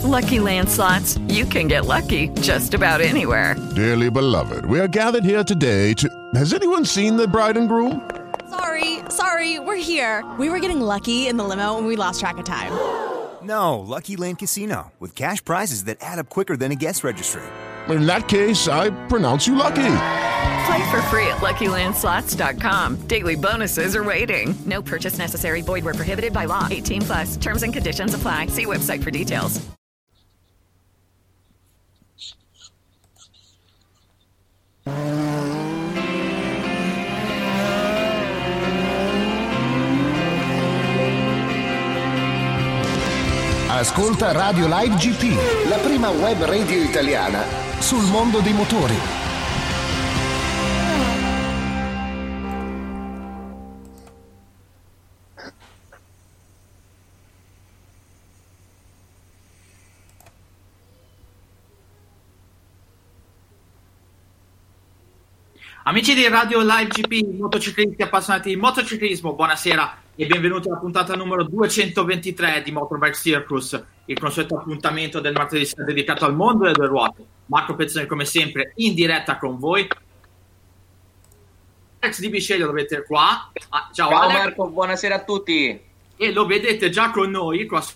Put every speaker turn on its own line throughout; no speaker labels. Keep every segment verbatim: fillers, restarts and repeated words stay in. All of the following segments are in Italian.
Lucky Land Slots, you can get lucky just about anywhere.
Dearly beloved, we are gathered here today to... Has anyone seen the bride and groom?
Sorry, sorry, we're here. We were getting lucky in the limo and we lost track of time.
No, Lucky Land Casino, with cash prizes that add up quicker than a guest registry.
In that case, I pronounce you lucky.
Play for free at Lucky Land Slots dot com. Daily bonuses are waiting. No purchase necessary. Void where prohibited by law. eighteen plus. Terms and conditions apply. See website for details.
Ascolta Radio Live G P, la prima web radio italiana sul mondo dei motori.
Amici di Radio Live G P, motociclisti appassionati di motociclismo, buonasera e benvenuti alla puntata numero duecentoventitré di Motorbike Circus, il consueto appuntamento del martedì sera dedicato al mondo delle due ruote. Marco Pezzoni come sempre in diretta con voi. Alex Di Bisceglie lo vedete qua. Ah, ciao,
ciao
Alex.
Marco, buonasera a tutti.
E lo vedete già con noi qua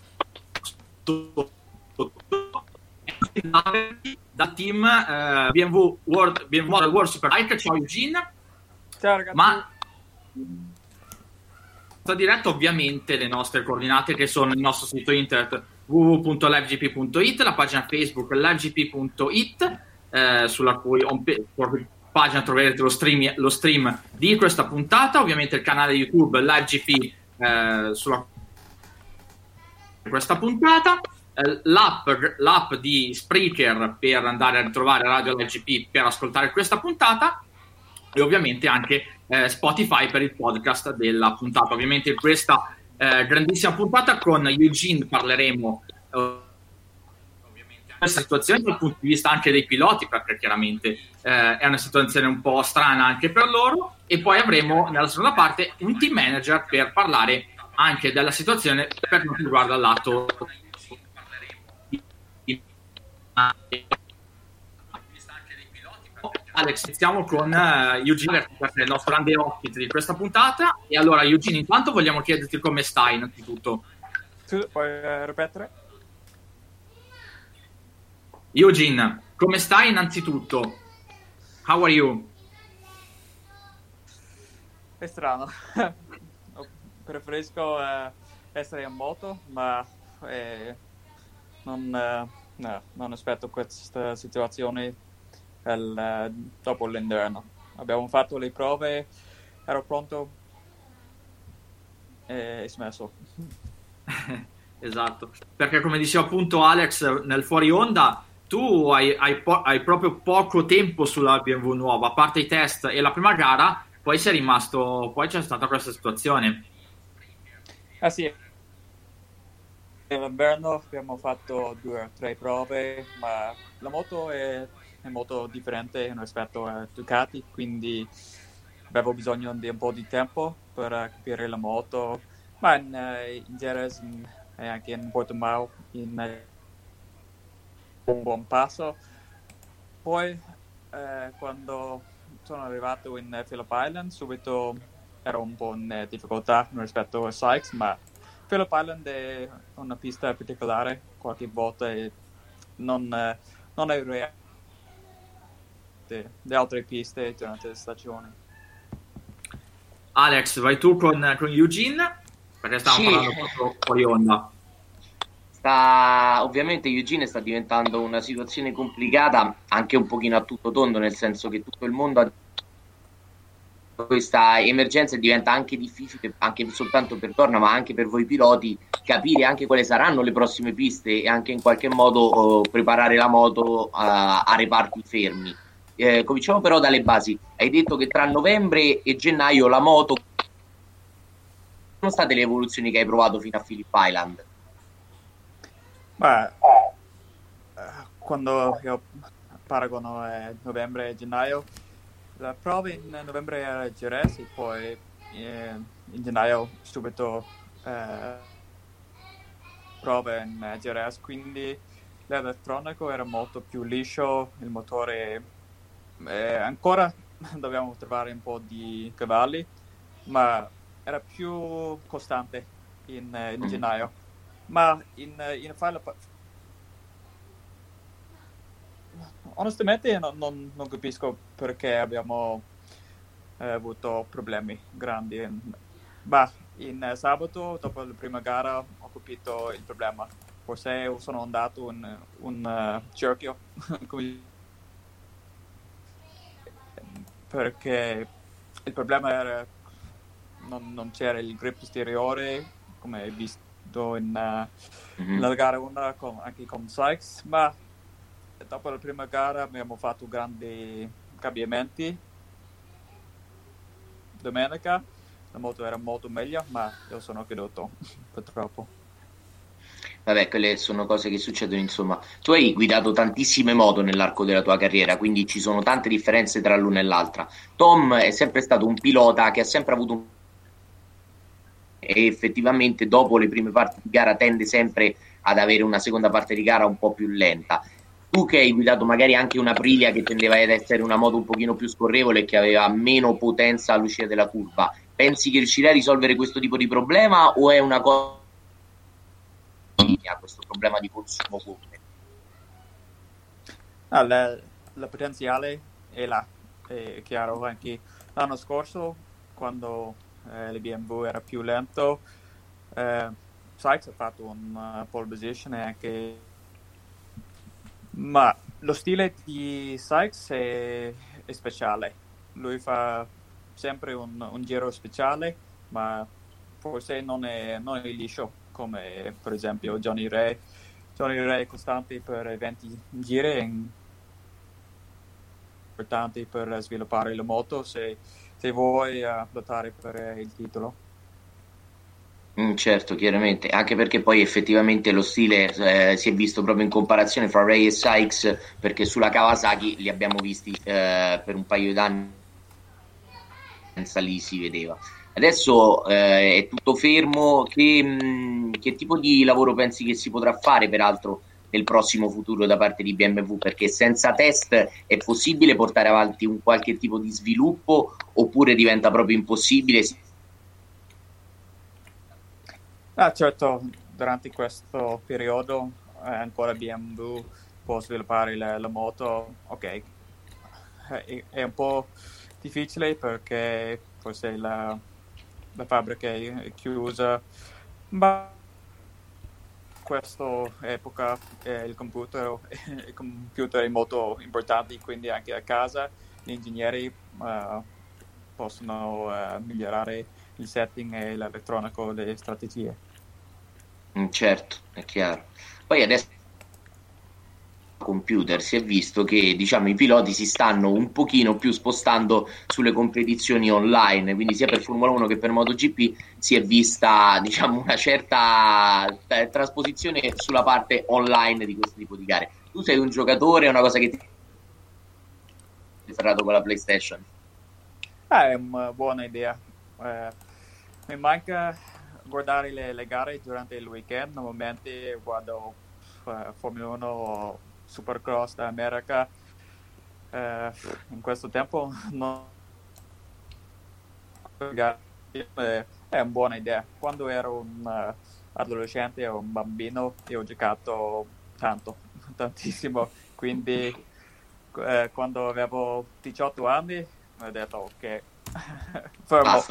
da team eh, B M W World, B M W Model World Superbike. Ciao Eugene.
Ciao ragazzi.
Ma sta diretta ovviamente le nostre coordinate che sono il nostro sito internet w w w punto live g p punto it, la pagina Facebook live g p punto it, eh, sulla cui pagina troverete lo stream, lo stream di questa puntata, ovviamente il canale YouTube Live G P eh, sulla questa puntata, eh, l'app, l'app di Spreaker per andare a ritrovare Radio Live G P per ascoltare questa puntata e ovviamente anche eh, Spotify per il podcast della puntata. Ovviamente in questa eh, grandissima puntata con Eugene parleremo eh, ovviamente questa situazione dal punto di vista anche dei piloti, perché chiaramente eh, è una situazione un po' strana anche per loro, e poi avremo nella seconda parte un team manager per parlare anche della situazione per quanto riguarda il lato Alex. Iniziamo con uh, Eugene, che è il nostro grande ospite di questa puntata. E allora Eugene, intanto vogliamo chiederti come stai innanzitutto.
Tu puoi uh, ripetere?
Eugene, come stai innanzitutto? How are you?
È strano. Preferisco uh, essere in moto, ma eh, non, uh, no, non aspetto questa situazione il, uh, dopo l'inverno. Abbiamo fatto le prove, ero pronto e smesso.
Esatto, perché come diceva appunto Alex nel fuori onda, tu hai, hai, po- hai proprio poco tempo sulla B M W nuova, a parte i test e la prima gara, poi sei rimasto, poi c'è stata questa situazione.
Ah sì, nell'inverno abbiamo fatto due o tre prove, ma la moto è, è molto differente rispetto a Ducati, quindi avevo bisogno di un po' di tempo per capire la moto, ma in, in Jerez e anche in Portimao in un buon passo. Poi eh, quando sono arrivato in Phillip Island subito ero un po' in difficoltà rispetto a Sykes, ma Phillip Island è una pista particolare qualche volta e non, eh, non è reale le altre piste durante le stagioni.
Alex, vai tu con, con Eugene, perché stavamo
Sì.
parlando proprio fuori onda.
Sta, ovviamente Eugene sta diventando una situazione complicata anche un pochino a tutto tondo, nel senso che tutto il mondo ha questa emergenza e diventa anche difficile, anche soltanto per Dorna ma anche per voi piloti, capire anche quali saranno le prossime piste e anche in qualche modo uh, preparare la moto uh, a reparti fermi. Eh, cominciamo però dalle basi. Hai detto che tra novembre e gennaio la moto, quali sono state le evoluzioni che hai provato fino a Phillip Island?
Beh, quando io paragono eh, novembre e gennaio, la prova in novembre era a Jerez e poi eh, in gennaio subito eh, prove in G R S, quindi l'elettronico era molto più liscio, il motore eh, ancora dobbiamo trovare un po' di cavalli, ma era più costante in, in gennaio. Ma in, in file onestamente non, non, non capisco perché abbiamo eh, avuto problemi grandi. Ma in eh, sabato, dopo la prima gara, ho capito il problema. Forse sono andato un, un uh, cerchio, perché il problema era non, non c'era il grip posteriore, come hai visto in uh, mm-hmm. la gara uno con, anche con Sykes, ma dopo la prima gara abbiamo fatto grandi cambiamenti. Domenica la moto era molto meglio, ma io sono caduto purtroppo.
Vabbè, quelle sono cose che succedono, insomma. Tu hai guidato tantissime moto nell'arco della tua carriera, quindi ci sono tante differenze tra l'una e l'altra. Tom è sempre stato un pilota che ha sempre avuto un... e effettivamente dopo le prime parti di gara tende sempre ad avere una seconda parte di gara un po' più lenta. Tu che hai guidato magari anche una Aprilia che tendeva ad essere una moto un pochino più scorrevole e che aveva meno potenza all'uscita della curva, pensi che riuscirai a risolvere questo tipo di problema o è una cosa a questo problema di consumo come?
Ah, la, la potenziale è là, è chiaro. Anche l'anno scorso, quando eh, il B M W era più lento, eh, Sykes ha fatto un uh, pole position anche, ma lo stile di Sykes è, è speciale. Lui fa sempre un, un giro speciale, ma forse non è, non è liscio come per esempio Johnny Ray. Johnny Ray è costante per venti giri, è importante per sviluppare la moto se, se vuoi uh, lottare per il titolo.
Mm, certo, chiaramente, anche perché poi effettivamente lo stile eh, si è visto proprio in comparazione fra Ray e Sykes, perché sulla Kawasaki li abbiamo visti eh, per un paio d'anni, senza lì si vedeva. Adesso eh, è tutto fermo. Che, mh, che tipo di lavoro pensi che si potrà fare peraltro nel prossimo futuro da parte di B M W? Perché senza test è possibile portare avanti un qualche tipo di sviluppo oppure diventa proprio impossibile?
Ah, certo, durante questo periodo eh, ancora B M W può sviluppare la, la moto. Ok, è, è un po' difficile perché forse la la fabbrica è chiusa, ma in questa epoca eh, il computer il computer è molto importante, quindi anche a casa gli ingegneri uh, possono uh, migliorare il setting e l'elettronico, le strategie.
Mm, certo, è chiaro. Poi adesso computer si è visto che diciamo i piloti si stanno un pochino più spostando sulle competizioni online, quindi sia per Formula uno che per MotoGP si è vista diciamo una certa eh, trasposizione sulla parte online di questo tipo di gare. Tu sei un giocatore, è una cosa che ti hai ferrato con la PlayStation?
Ah, è una buona idea. Eh, mi manca guardare le, le gare durante il weekend. Normalmente guardo uh, Formula uno o Supercross da America. Uh, in questo tempo non è una buona idea. Quando ero un uh, adolescente o un bambino io ho giocato tanto, tantissimo, quindi uh, quando avevo diciotto anni ho detto ok, fermo.
Basta.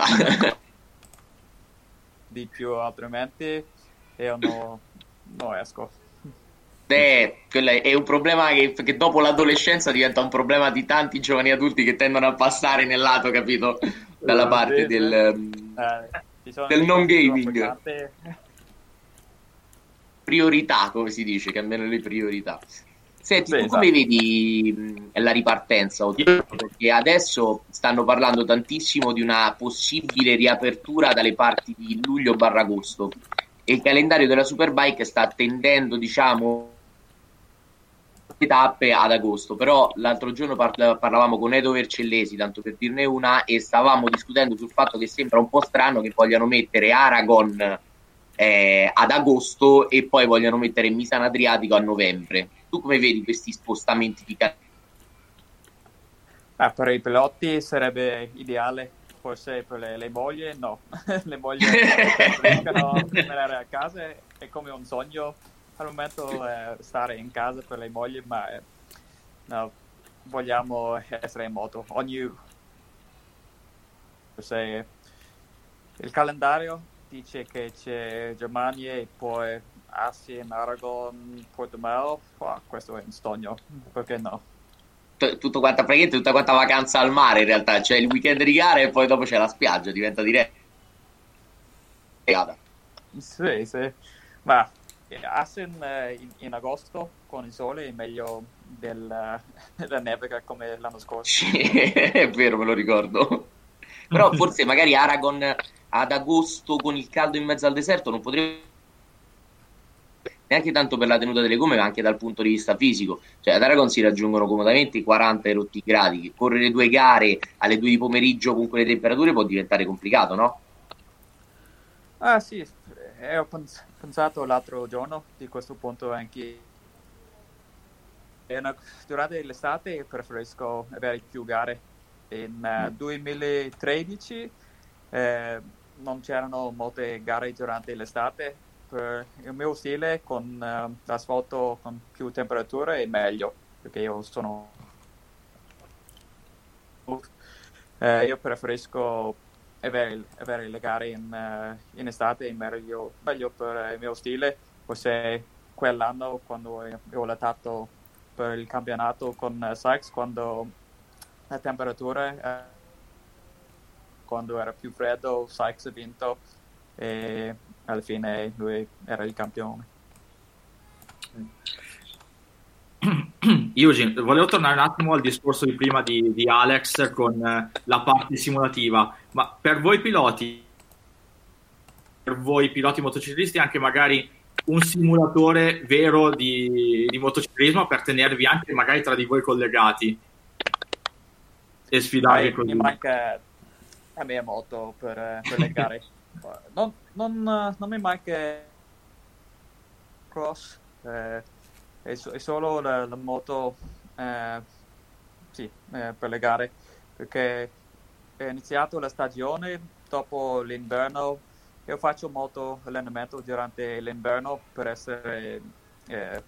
Di più, altrimenti io no, non esco.
Eh, quello è un problema che, che dopo l'adolescenza diventa un problema di tanti giovani adulti che tendono a passare nel lato, capito? Dalla parte del,
eh,
del non gaming. Priorità, come si dice, cambiano le priorità. Senti,
sì,
tu come
esatto.
vedi mh, la ripartenza? Perché adesso stanno parlando tantissimo di una possibile riapertura dalle parti di luglio barra agosto e il calendario della Superbike sta tendendo, diciamo, le tappe ad agosto. Però l'altro giorno parla- parlavamo con Edo Vercellesi, tanto per dirne una, e stavamo discutendo sul fatto che sembra un po' strano che vogliano mettere Aragon eh, ad agosto e poi vogliono mettere Misano Adriatico a novembre. Tu come vedi questi spostamenti di calendari?
Ah, per i piloti sarebbe ideale, forse per le, le mogli no. Le mogli riescono a rimanere a casa, è come un sogno al momento eh, stare in casa per le mogli, ma eh, no, vogliamo essere in moto. Ogni se il calendario dice che c'è Germania e poi Assen, Aragon, Portimao, oh, questo è un sogno, perché no?
Tutto quanta praticamente tutta quanta vacanza al mare in realtà, cioè il weekend di gara e poi dopo c'è la spiaggia, diventa diretta.
Sì, sì, ma Assen in, in agosto con il sole è meglio del, della neve come l'anno scorso.
Sì, è vero, me lo ricordo. Però forse magari Aragon ad agosto con il caldo in mezzo al deserto non potrebbe, neanche tanto per la tenuta delle gomme ma anche dal punto di vista fisico, cioè ad Aragon si raggiungono comodamente i quaranta e rotti gradi, che correre due gare alle due di pomeriggio con quelle temperature può diventare complicato, no?
Ah sì, ho pensato l'altro giorno di questo punto anche. Durante l'estate preferisco avere più gare. In uh, duemilatredici eh, non c'erano molte gare durante l'estate. Per il mio stile con uh, l'asfalto con più temperature è meglio, perché io sono eh, io preferisco avere, avere le gare in, uh, in estate, è meglio, meglio per il mio stile. Forse quell'anno quando ho lottato per il campionato con uh, Sykes, quando la temperatura eh, quando era più freddo Sykes ha vinto e alla fine lui era il campione.
Eugene, volevo tornare un attimo al discorso di prima di, di Alex con eh, la parte simulativa, ma per voi piloti per voi piloti motociclisti anche magari un simulatore vero di, di motociclismo per tenervi anche magari tra di voi collegati e sfidare
così. Mi manca a me molto per, per le gare. non, non, non mi manca cross, eh, è, è solo la, la moto eh, sì, eh, per le gare, perché è iniziato la stagione dopo l'inverno. Io faccio molto allenamento durante l'inverno per essere eh,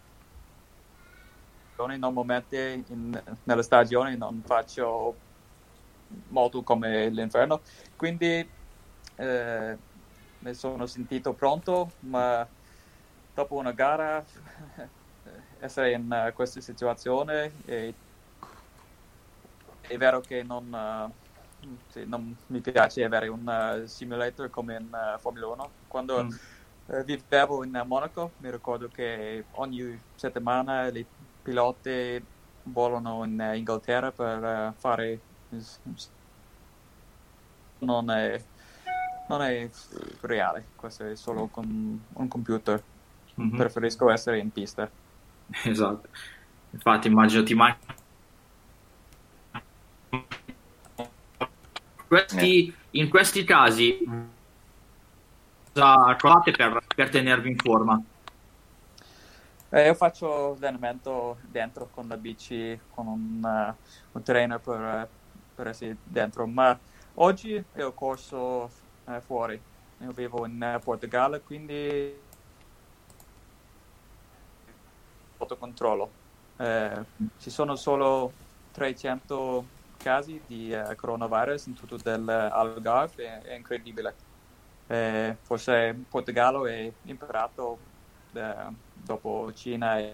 normalmente in, nella stagione non faccio molto come l'inverno, quindi eh, mi sono sentito pronto, ma dopo una gara essere in uh, questa situazione è, è vero che non, uh, sì, non mi piace avere un uh, simulator come in uh, Formula uno. Quando mm. uh, vivevo in uh, Monaco mi ricordo che ogni settimana i piloti volano in uh, Inghilterra per uh, fare non è, non è reale, questo è solo con un computer. Mm-hmm. Preferisco essere in pista.
Esatto, infatti immagino ti manca questi, in questi casi cosa fate per, per tenervi in forma?
Eh, io faccio allenamento dentro con la bici, con un, uh, un trainer per, per essere dentro, ma oggi ho corso uh, fuori. Io vivo in uh, Portogallo, quindi autocontrollo. Eh, ci sono solo trecento casi di uh, coronavirus in tutto l'Algarve, è, è incredibile. Eh, forse Portogallo è imparato uh, dopo Cina e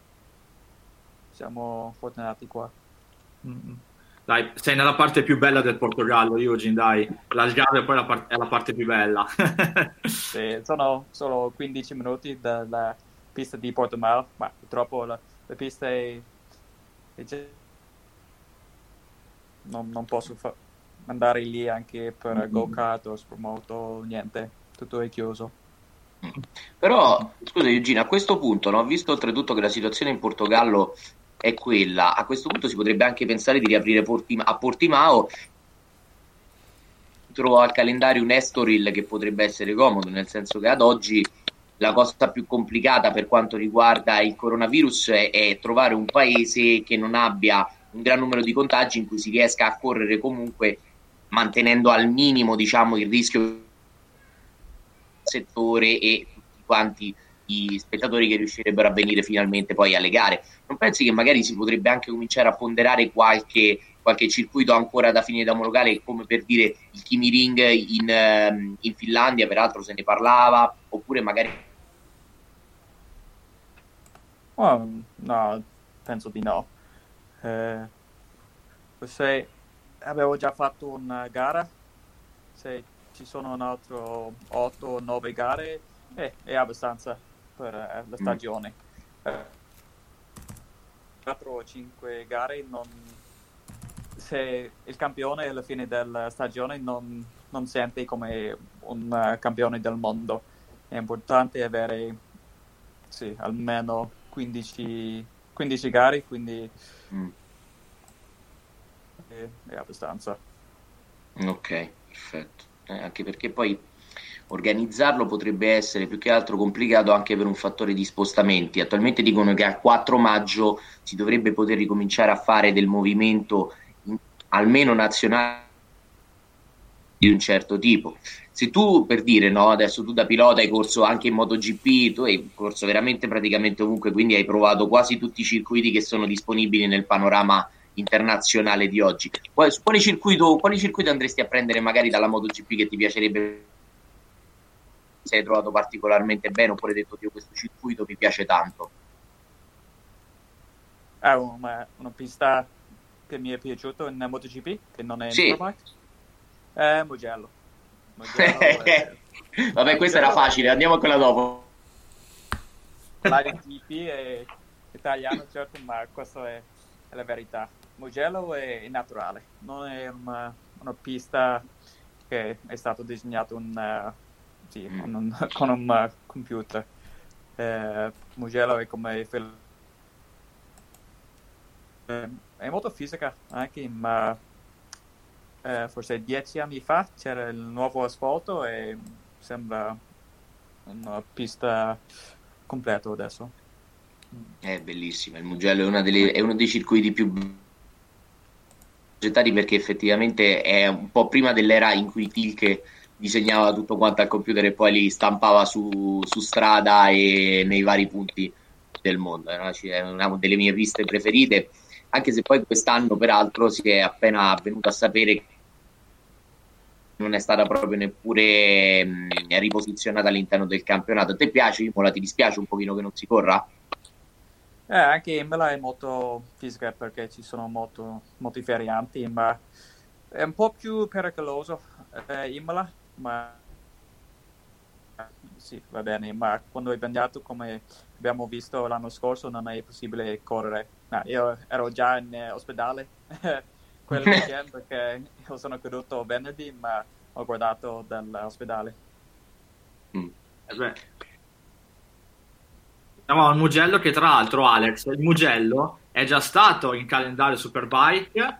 siamo fortunati qua.
Mm-hmm. Dai, sei nella parte più bella del Portogallo, Eugene, dai. L'Algarve poi la par- è la parte più bella.
Sì, sono solo quindici minuti dalla pista di Portimao, ma purtroppo la, la pista è, è già... non, non posso fa- andare lì anche per mm-hmm. go-kart o supermoto, niente, tutto è chiuso.
Però, scusa Eugene, a questo punto, no, visto oltretutto che la situazione in Portogallo è quella, a questo punto si potrebbe anche pensare di riaprire Portima- a Portimao dietro al calendario un Estoril che potrebbe essere comodo, nel senso che ad oggi la cosa più complicata per quanto riguarda il coronavirus è, è trovare un paese che non abbia un gran numero di contagi in cui si riesca a correre comunque mantenendo al minimo, diciamo, il rischio del settore e tutti quanti gli spettatori che riuscirebbero a venire finalmente poi alle gare. Non pensi che magari si potrebbe anche cominciare a ponderare qualche, qualche circuito ancora da finire da omologare, come per dire il Kimi Ring in, in Finlandia, peraltro se ne parlava, oppure magari...
Oh, no, penso di no. Eh, se avevo già fatto una gara, se ci sono un altro otto o nove gare, eh, è abbastanza per eh, la stagione. quattro o cinque gare, non, se il campione alla fine della stagione non, non sente come un uh, campione del mondo. È importante avere sì, almeno quindici, quindici gare, quindi mm. è, è abbastanza.
Ok, perfetto. Eh, anche perché poi organizzarlo potrebbe essere più che altro complicato anche per un fattore di spostamenti. Attualmente dicono che al quattro maggio si dovrebbe poter ricominciare a fare del movimento in, almeno nazionale di un certo tipo. Se tu, per dire, no, adesso tu da pilota hai corso anche in MotoGP, tu hai corso veramente praticamente ovunque, quindi hai provato quasi tutti i circuiti che sono disponibili nel panorama internazionale di oggi. Quale, su quale circuito, quali circuiti andresti a prendere magari dalla MotoGP che ti piacerebbe, sei trovato particolarmente bene, oppure hai detto che questo circuito mi piace tanto?
È una, una pista che mi è piaciuta in MotoGP, che non è in
sì.
Superbike, è Mugello. Mugello è...
Vabbè, questa era facile, andiamo a quella dopo.
L'I D T P è italiano, certo, ma questa è, è la verità. Mugello è naturale, non è una, una pista che è stato disegnato un, uh, sì, mm. con un, con un uh, computer. Uh, Mugello è come uh, è molto fisica anche, ma uh, forse dieci anni fa c'era il nuovo asfalto e sembra una pista completa adesso.
È bellissima, il Mugello è, una delle, è uno dei circuiti più progettati, perché effettivamente è un po' prima dell'era in cui Tilke disegnava tutto quanto al computer e poi li stampava su, su strada e nei vari punti del mondo. È una delle mie piste preferite, anche se poi quest'anno peraltro si è appena venuto a sapere che non è stata proprio neppure mh, riposizionata all'interno del campionato. A te piace Imola? Ti dispiace un pochino che non si corra?
Eh, anche Imola è molto fisica perché ci sono molto, molti varianti, ma è un po' più pericoloso eh, Imola, ma sì, va bene, ma quando è bagnato, come abbiamo visto l'anno scorso, non è possibile correre. No, io ero già in eh, ospedale quel weekend perché io sono caduto venerdì, ma ho guardato dall'ospedale.
Mm. Eh beh. Siamo al Mugello, che tra l'altro, Alex, il Mugello è già stato in calendario Superbike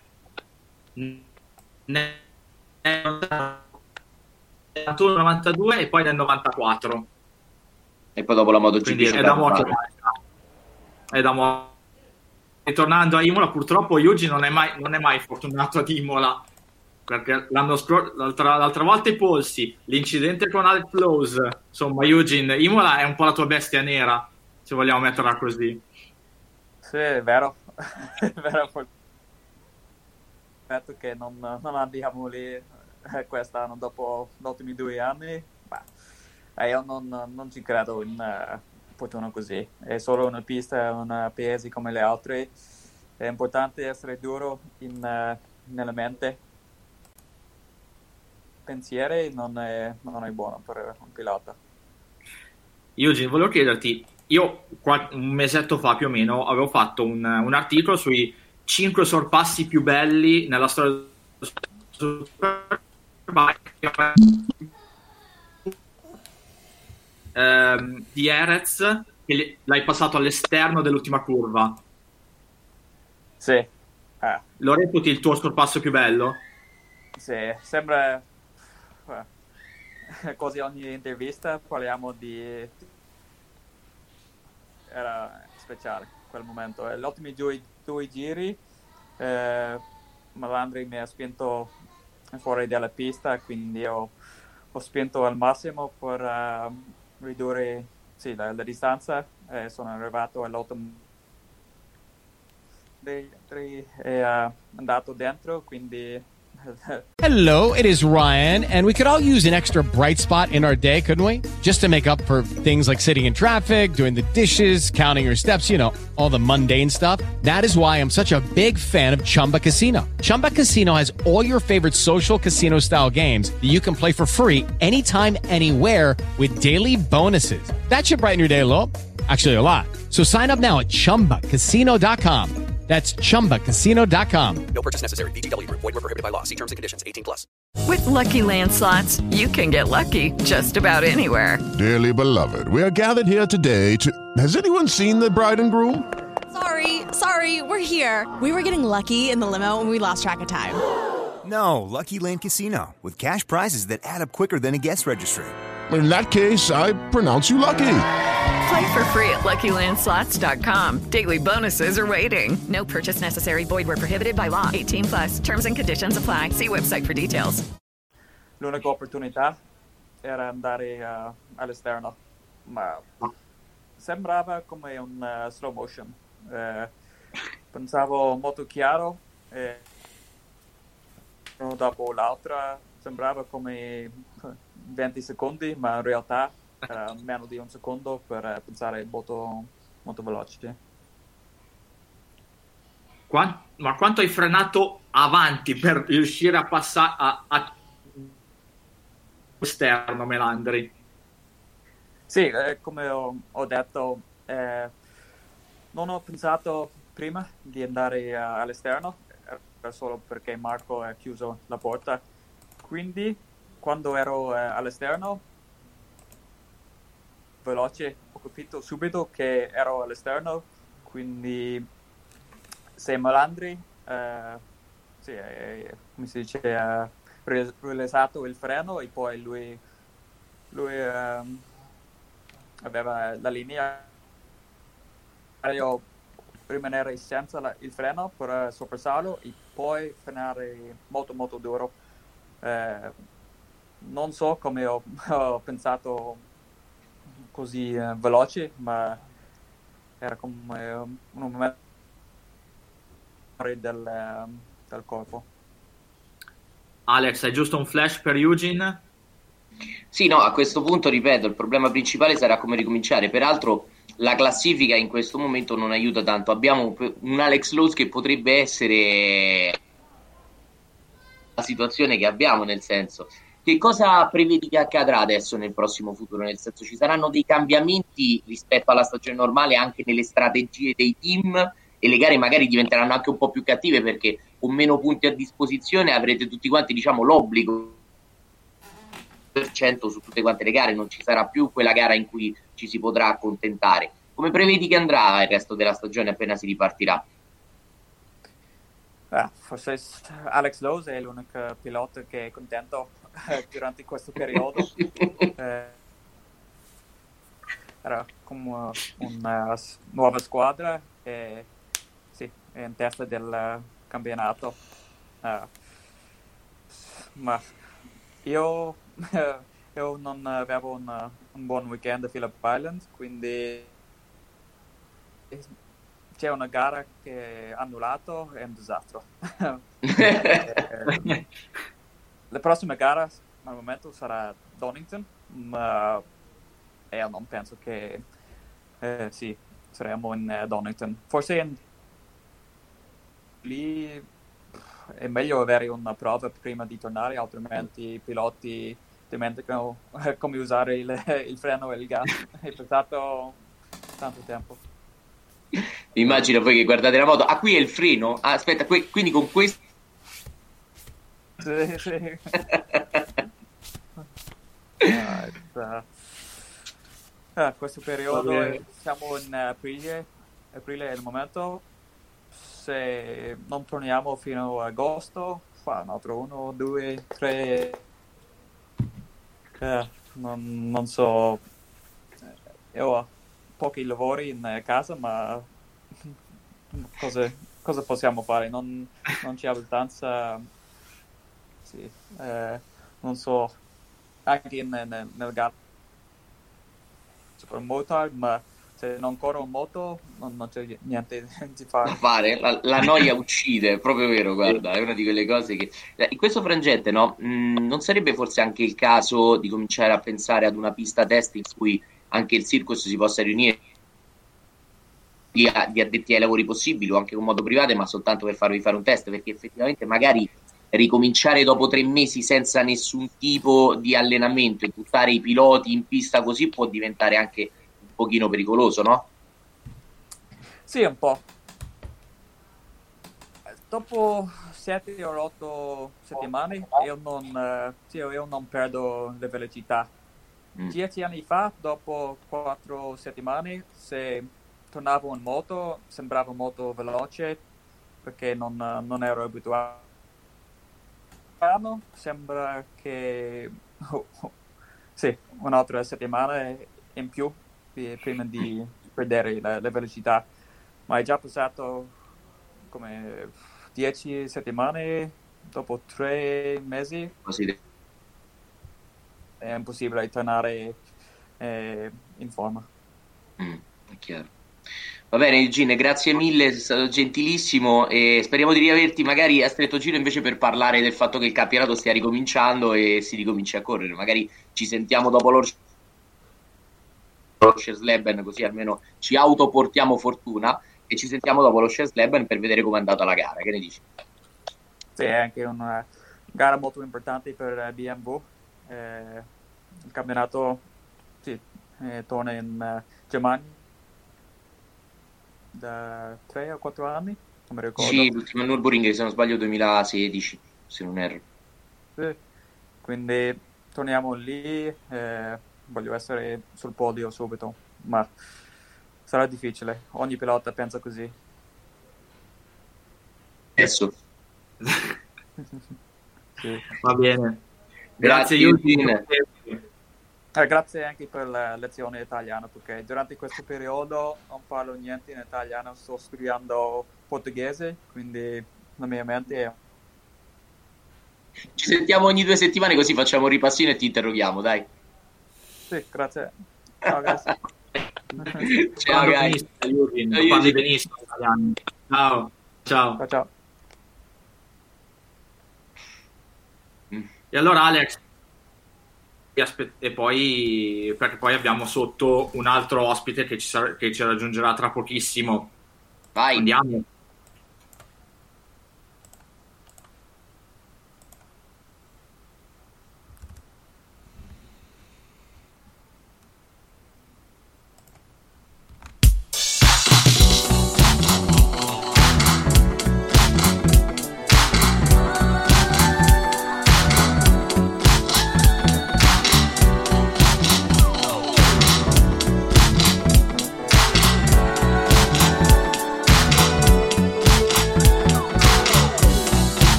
nel novantadue e poi nel novantaquattro.
E poi dopo la MotoGP
è da morte. È da morte. Ritornando a Imola, purtroppo Yuji non è mai, non è mai fortunato ad Imola, perché l'anno scorso, l'altra, l'altra volta i polsi, l'incidente con Alex Lowe's, insomma, Eugene, Imola è un po' la tua bestia nera, se vogliamo metterla così.
Sì, è vero. È vero. Aspetto che non, non andiamo lì quest'anno dopo gli ultimi due anni, ma eh, io non, non ci credo in uh, fortuna così. È solo una pista, una paese come le altre. È importante essere duro in, uh, nella mente. Pensieri non è, non è buono per un pilota.
Eugene, volevo chiederti, io un mesetto fa più o meno avevo fatto un, un articolo sui cinque sorpassi più belli nella storia del ehm, di Erez, che l'hai passato all'esterno dell'ultima curva.
Sì. Ah.
Lo reputi il tuo sorpasso più bello?
Sì, sembra quasi ogni intervista parliamo di... era speciale quel momento. Gli ultimi due, due giri eh, Melandri mi ha spinto fuori dalla pista, quindi io ho spinto al massimo per uh, ridurre sì, la, la distanza e sono arrivato all'ultimo e uh, andato dentro, quindi
Hello, it is Ryan, and we could all use an extra bright spot in our day, couldn't we? Just to make up for things like sitting in traffic, doing the dishes, counting your steps, you know, all the mundane stuff. That is why I'm such a big fan of Chumba Casino. Chumba Casino has all your favorite social casino-style games that you can play for free anytime, anywhere with daily bonuses. That should brighten your day a little. Actually, a lot. So sign up now at chumba casino dot com. That's chumba casino dot com.
No purchase necessary. V G W Group. Void where prohibited by law. See terms and conditions. eighteen plus.
With Lucky Land Slots, you can get lucky just about anywhere.
Dearly beloved, we are gathered here today to... Has anyone seen the bride and groom?
Sorry, sorry, we're here. We were getting lucky in the limo and we lost track of time.
No, Lucky Land Casino, with cash prizes that add up quicker than a guest registry.
In that case, I pronounce you lucky.
Play for free at lucky land slots dot com. Daily bonuses are waiting. No purchase necessary. Void where prohibited by law. eighteen plus. Terms and conditions apply. See website for details.
L'unica opportunità era andare uh, all'esterno, ma sembrava come un uh, slow motion. Eh, pensavo molto chiaro e uno dopo l'altra sembrava come venti secondi, ma in realtà era meno di un secondo per pensare molto, molto veloce.
Quant- ma quanto hai frenato avanti per riuscire a passare a, a esterno, Melandri?
Sì, eh, come ho, ho detto, eh, non ho pensato prima di andare uh, all'esterno, era solo perché Marco ha chiuso la porta. Quindi, quando ero uh, all'esterno, veloce, ho capito subito che ero all'esterno, quindi se Melandri, uh, sì, eh, come si dice, ha uh, rilassato il freno e poi lui, lui uh, aveva la linea, io rimanere senza la, il freno per sorpassarlo e poi frenare molto molto duro. Eh, non so come ho, ho pensato così uh, veloce, ma era come um, un momento del, uh, del corpo.
Alex, hai giusto un flash per Eugene?
Sì, no, a questo punto, ripeto, il problema principale sarà come ricominciare. Peraltro la classifica in questo momento non aiuta tanto. Abbiamo un Alex Lowe's che potrebbe essere la situazione che abbiamo, nel senso, che cosa prevedi che accadrà adesso nel prossimo futuro? Nel senso, ci saranno dei cambiamenti rispetto alla stagione normale anche nelle strategie dei team e le gare magari diventeranno anche un po' più cattive perché con meno punti a disposizione avrete tutti quanti, diciamo, l'obbligo per cento su tutte quante le gare, non ci sarà più quella gara in cui ci si potrà accontentare. Come prevedi che andrà il resto della stagione appena si ripartirà?
Ah, forse Alex Lowe's è l'unico pilota che è contento eh, durante questo periodo. eh, era come una nuova squadra e sì, è in testa del campionato. Uh, ma io io non avevo un, un buon weekend a Phillip Island, quindi c'è una gara che è annullato, è un disastro. La prossima gara al momento sarà Donington, ma io non penso che eh, sì, saremo in uh, Donington. Forse in, lì è meglio avere una prova prima di tornare, altrimenti i piloti dimenticano come usare il, il freno e il gas. È passato tanto tempo.
Immagino poi che guardate la moto. Ah, qui è il freno? Ah, aspetta, qui, quindi con questo...
Sì, sì. ah, ah, questo periodo è, siamo in aprile. Aprile è il momento. Se non torniamo fino a agosto, fa un altro uno, due, tre Eh, non, non so, eh, ho pochi lavori in casa, ma cosa, cosa possiamo fare? Non, non c'è abbastanza, sì, eh, non so, anche in, nel, nel gatto super motard, ma se non corro in moto non, non c'è niente di fare.
Da fare. La, la noia uccide, è proprio vero, guarda, è una di quelle cose che... In questo frangente, no, mh, non sarebbe forse anche il caso di cominciare a pensare ad una pista test in cui anche il circus si possa riunire di, di addetti ai lavori possibili o anche con modo privato, ma soltanto per farvi fare un test, perché effettivamente magari ricominciare dopo tre mesi senza nessun tipo di allenamento e buttare i piloti in pista così può diventare anche un pochino pericoloso, no?
Sì, un po'. Dopo sette o otto settimane io non, uh, sì, io non perdo le velocità. Mm. Dieci anni fa, dopo quattro settimane, se tornavo in moto sembrava molto veloce perché non, non ero abituato. Sembra che oh, oh, sì, un'altra settimana in più prima di perdere la, la velocità, ma è già passato come dieci settimane, dopo tre mesi
Così.
È impossibile tornare eh, in forma.
Mm, è chiaro. Va bene, Eugene, grazie mille, sei stato gentilissimo e speriamo di riaverti magari a stretto giro invece per parlare del fatto che il campionato stia ricominciando e si ricominci a correre. Magari ci sentiamo dopo lo Schersleben, così almeno ci autoportiamo fortuna e ci sentiamo dopo lo Schersleben per vedere com'è andata la gara. Che ne dici?
Sì, è anche una gara molto importante per B M W. Eh, il campionato sì, eh, torna in uh, Germania da tre o quattro anni, non mi ricordo.
Sì, l'ultimo Nürburgring, se non sbaglio duemilasedici, se non erro.
Sì. Quindi torniamo lì, eh, voglio essere sul podio subito, ma sarà difficile, ogni pilota pensa così.
Adesso.
Sì. Va bene.
Grazie,
Eugene.
Eh, grazie anche per la lezione italiana, perché durante questo periodo non parlo niente in italiano, sto studiando portoghese, quindi la mia mente è...
Ci sentiamo ogni due settimane così facciamo un ripassino e ti interroghiamo, dai.
Sì, grazie. Ciao, grazie.
Ciao, guys.
Benissimo, parli benissimo italiano. Ciao. Ciao.
Ciao, ciao.
E allora Alex, e poi perché poi abbiamo sotto un altro ospite che ci, sar- che ci raggiungerà tra pochissimo.
Vai.
Andiamo.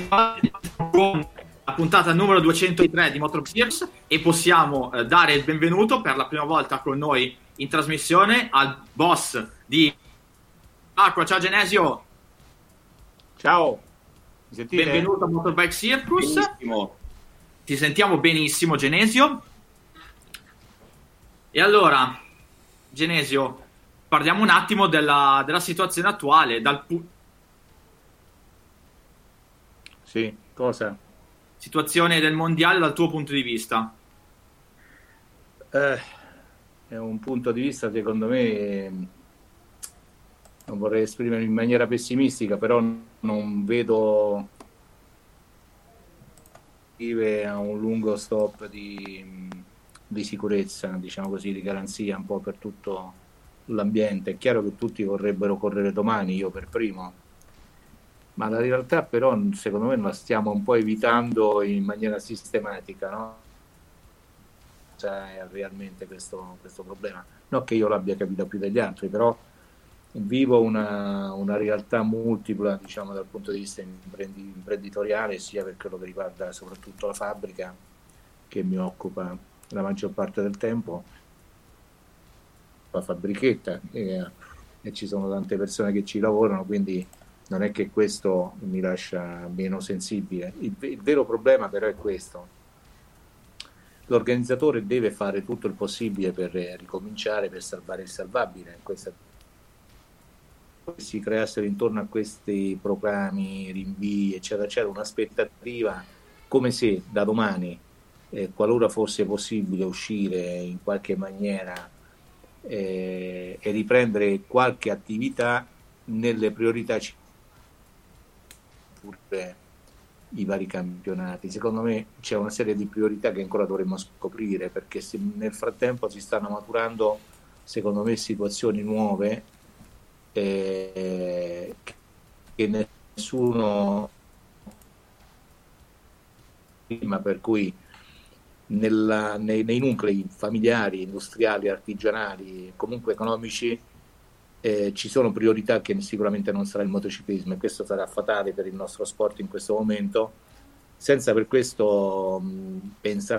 con la puntata numero duecentotre di Motor Series e possiamo eh, dare il benvenuto per la prima volta con noi in trasmissione al boss di Acqua. Ciao Genesio.
Ciao. Mi sentite?
Benvenuto a Motorbike Circus.
Benissimo.
Ti sentiamo benissimo, Genesio. E allora, Genesio, parliamo un attimo della, della situazione attuale. Dal pu-
Sì, cosa?
Situazione del mondiale dal tuo punto di vista.
Eh, è un punto di vista, secondo me, non vorrei esprimermi in maniera pessimistica, però non vedo a un lungo stop di, di sicurezza, diciamo così, di garanzia un po' per tutto l'ambiente. È chiaro che tutti vorrebbero correre domani, io per primo, ma la realtà però secondo me la stiamo un po' evitando in maniera sistematica, no? Cioè, realmente questo, questo problema, non che io l'abbia capito più degli altri, però vivo una, una realtà multipla, diciamo, dal punto di vista imprendi, imprenditoriale, sia per quello che riguarda soprattutto la fabbrica, che mi occupa la maggior parte del tempo, la fabbrichetta, e, e ci sono tante persone che ci lavorano, quindi non è che questo mi lascia meno sensibile. Il, il vero problema però è questo: l'organizzatore deve fare tutto il possibile per ricominciare, per salvare il salvabile. Questa si creassero intorno a questi proclami, rinvii, eccetera, eccetera, un'aspettativa come se da domani, eh, qualora fosse possibile uscire in qualche maniera eh, e riprendere qualche attività nelle priorità, pure i vari campionati. Secondo me c'è una serie di priorità che ancora dovremmo scoprire, perché se nel frattempo si stanno maturando, secondo me, situazioni nuove Eh, che nessuno prima, per cui nella, nei, nei nuclei familiari, industriali, artigianali, comunque economici, eh, ci sono priorità che sicuramente non sarà il motociclismo, e questo sarà fatale per il nostro sport in questo momento, senza per questo mh, pensare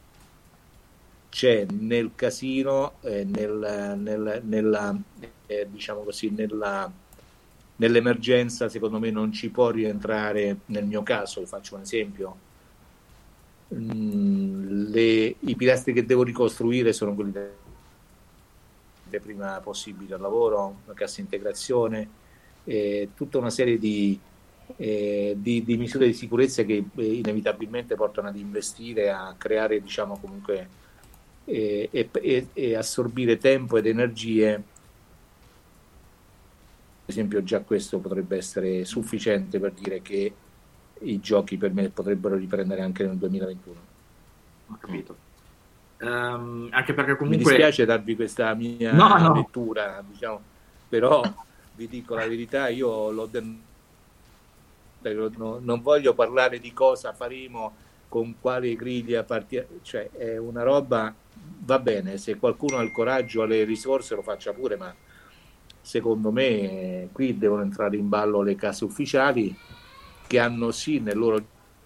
c'è nel casino, eh, nel, nel, nella eh, diciamo così, nella, nell'emergenza, secondo me non ci può rientrare. Nel mio caso, faccio un esempio, mm, le, i pilastri che devo ricostruire sono quelli del prima possibile al lavoro, la cassa integrazione, eh, tutta una serie di, eh, di, di misure di sicurezza che eh, inevitabilmente portano ad investire, a creare, diciamo, comunque E, e, e assorbire tempo ed energie. Per esempio, già questo potrebbe essere sufficiente per dire che i giochi per me potrebbero riprendere anche nel duemilaventuno.
Ho capito. Um, anche perché comunque
mi dispiace darvi questa mia
no, no.
lettura, diciamo, però vi dico la verità, io l'ho den- non voglio parlare di cosa faremo, con quali griglie parti- cioè è una roba. Va bene, se qualcuno ha il coraggio, ha le risorse, lo faccia pure, ma secondo me qui devono entrare in ballo le case ufficiali, che hanno sì nel loro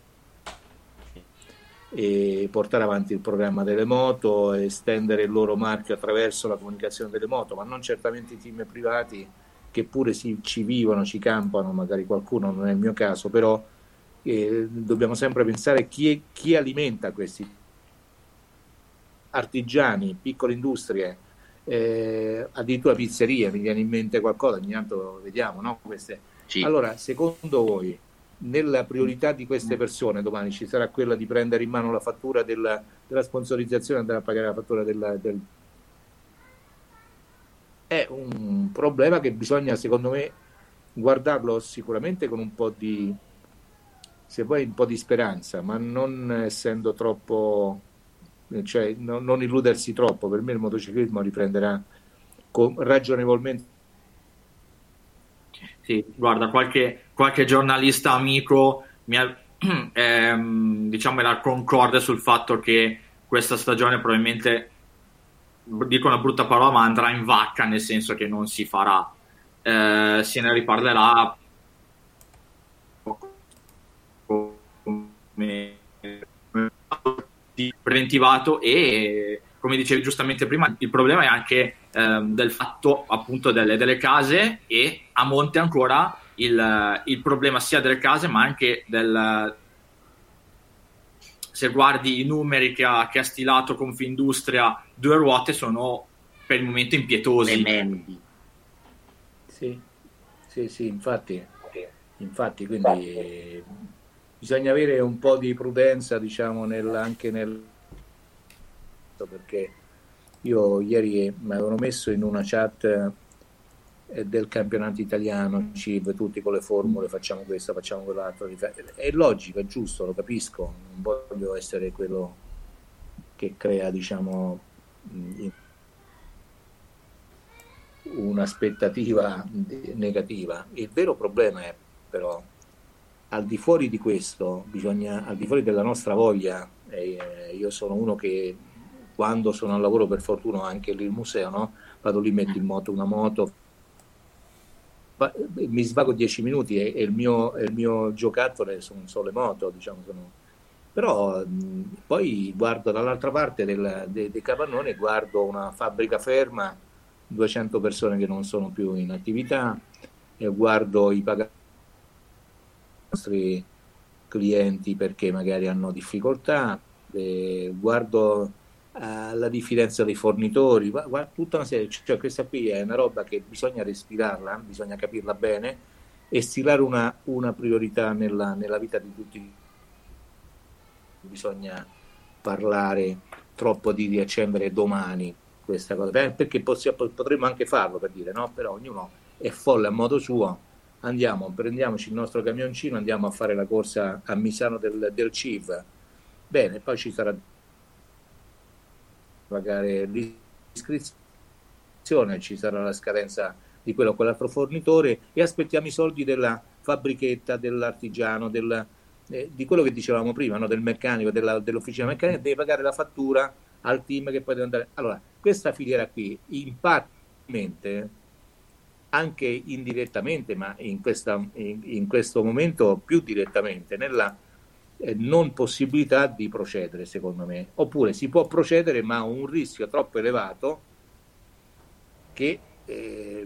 e portare avanti il programma delle moto, estendere il loro marchio attraverso la comunicazione delle moto, ma non certamente i team privati, che pure si, ci vivono, ci campano, magari qualcuno, non è il mio caso, però eh, dobbiamo sempre pensare chi, chi alimenta questi artigiani, piccole industrie, eh, addirittura pizzerie, mi viene in mente qualcosa, ogni tanto vediamo, no? Queste.
Sì.
Allora, secondo voi, nella priorità di queste persone domani ci sarà quella di prendere in mano la fattura della, della sponsorizzazione, andare a pagare la fattura della, del... È un problema che bisogna, secondo me, guardarlo sicuramente con un po' di, se vuoi, un po' di speranza, ma non essendo troppo, cioè no, non illudersi troppo. Per me il motociclismo riprenderà con, ragionevolmente.
Sì, guarda, qualche, qualche giornalista amico mi ha, ehm, diciamo era concorde sul fatto che questa stagione probabilmente, dico una brutta parola, ma andrà in vacca, nel senso che non si farà, eh, se ne riparlerà di preventivato e, come dicevi giustamente prima, il problema è anche eh, del fatto appunto delle, delle case, e a monte ancora il, il problema sia delle case ma anche del, se guardi i numeri che ha, che ha stilato Confindustria, due ruote sono per il momento impietosi.
Tremendi.
Sì, sì, sì, infatti, infatti quindi eh, bisogna avere un po' di prudenza, diciamo, nel, anche nel, perché io ieri mi avevano messo in una chat eh, del campionato italiano, C I V, tutti con le formule, facciamo questo, facciamo quell'altro, è logico, è giusto, lo capisco, non voglio essere quello che crea, diciamo, un'aspettativa negativa. Il vero problema è però, al di fuori di questo, bisogna, al di fuori della nostra voglia, eh, io sono uno che quando sono al lavoro, per fortuna anche lì il museo, no? Vado lì, metto in moto una moto, mi svago dieci minuti e, e il mio, il mio giocattolo sono, sono le moto, diciamo, sono... però mh, poi guardo dall'altra parte del, de, dei capannoni, guardo una fabbrica ferma, duecento persone che non sono più in attività, e guardo i pagamenti dei nostri clienti perché magari hanno difficoltà, e guardo la diffidenza dei fornitori, guarda, tutta una serie, cioè questa qui è una roba che bisogna respirarla, bisogna capirla bene e stilare una, una priorità nella, nella vita di tutti. Bisogna parlare troppo di riaccendere domani questa cosa, perché possiamo, potremmo anche farlo, per dire, no? Però ognuno è folle a modo suo, andiamo, prendiamoci il nostro camioncino, andiamo a fare la corsa a Misano del, del C I V, bene, poi ci sarà pagare l'iscrizione, ci sarà la scadenza di quello o quell'altro fornitore e aspettiamo i soldi della fabbrichetta, dell'artigiano, del, eh, di quello che dicevamo prima, no? Del meccanico, della, dell'officina meccanica, deve pagare la fattura al team che poi deve andare. Allora, questa filiera qui impatta anche indirettamente, ma in, questa, in, in questo momento più direttamente, nella non possibilità di procedere, secondo me. Oppure si può procedere ma a un rischio troppo elevato che eh,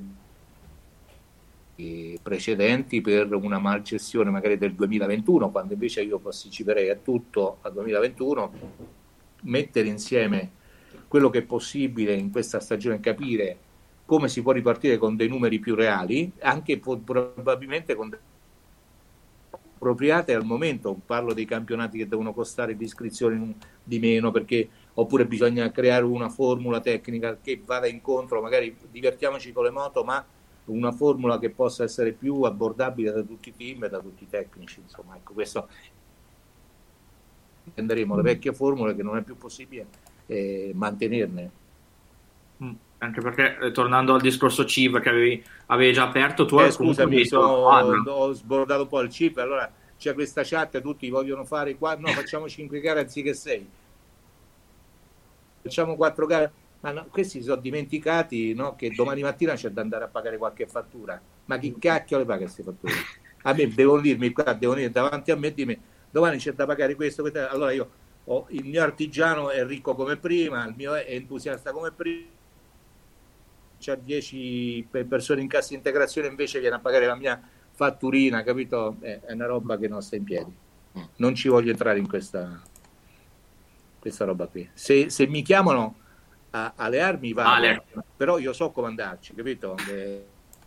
precedenti per una malgestione magari del duemilaventuno, quando invece io posticiperei a tutto al duemilaventuno, mettere insieme quello che è possibile in questa stagione, capire come si può ripartire con dei numeri più reali, anche probabilmente con dei appropriate al momento. Parlo dei campionati che devono costare l'iscrizione di meno, perché oppure bisogna creare una formula tecnica che vada incontro, magari divertiamoci con le moto, ma una formula che possa essere più abbordabile da tutti i team e da tutti i tecnici, insomma, ecco, questo prenderemo le vecchie formule che non è più possibile eh, mantenerne.
Mm. Anche perché, eh, tornando al discorso C I V che avevi, avevi già aperto tu,
eh, scusami, sono, ho sbordato un po' il C I V, allora c'è questa chat, tutti vogliono fare qua, no, facciamo cinque gare anziché sei, facciamo quattro gare, ma no, questi si sono dimenticati, no, che domani mattina c'è da andare a pagare qualche fattura, ma chi cacchio le paga queste fatture? A me devono dirmi qua, devono dire davanti a me, dimmi, domani c'è da pagare questo, questo, allora io ho, il mio artigiano è ricco come prima, il mio è entusiasta come prima, c'ha dieci persone in cassa integrazione, invece viene a pagare la mia fatturina, capito? È una roba che non sta in piedi. Non ci voglio entrare in questa questa roba qui. Se, se mi chiamano a, alle armi vado, Ale. Però io so come andarci, capito? E,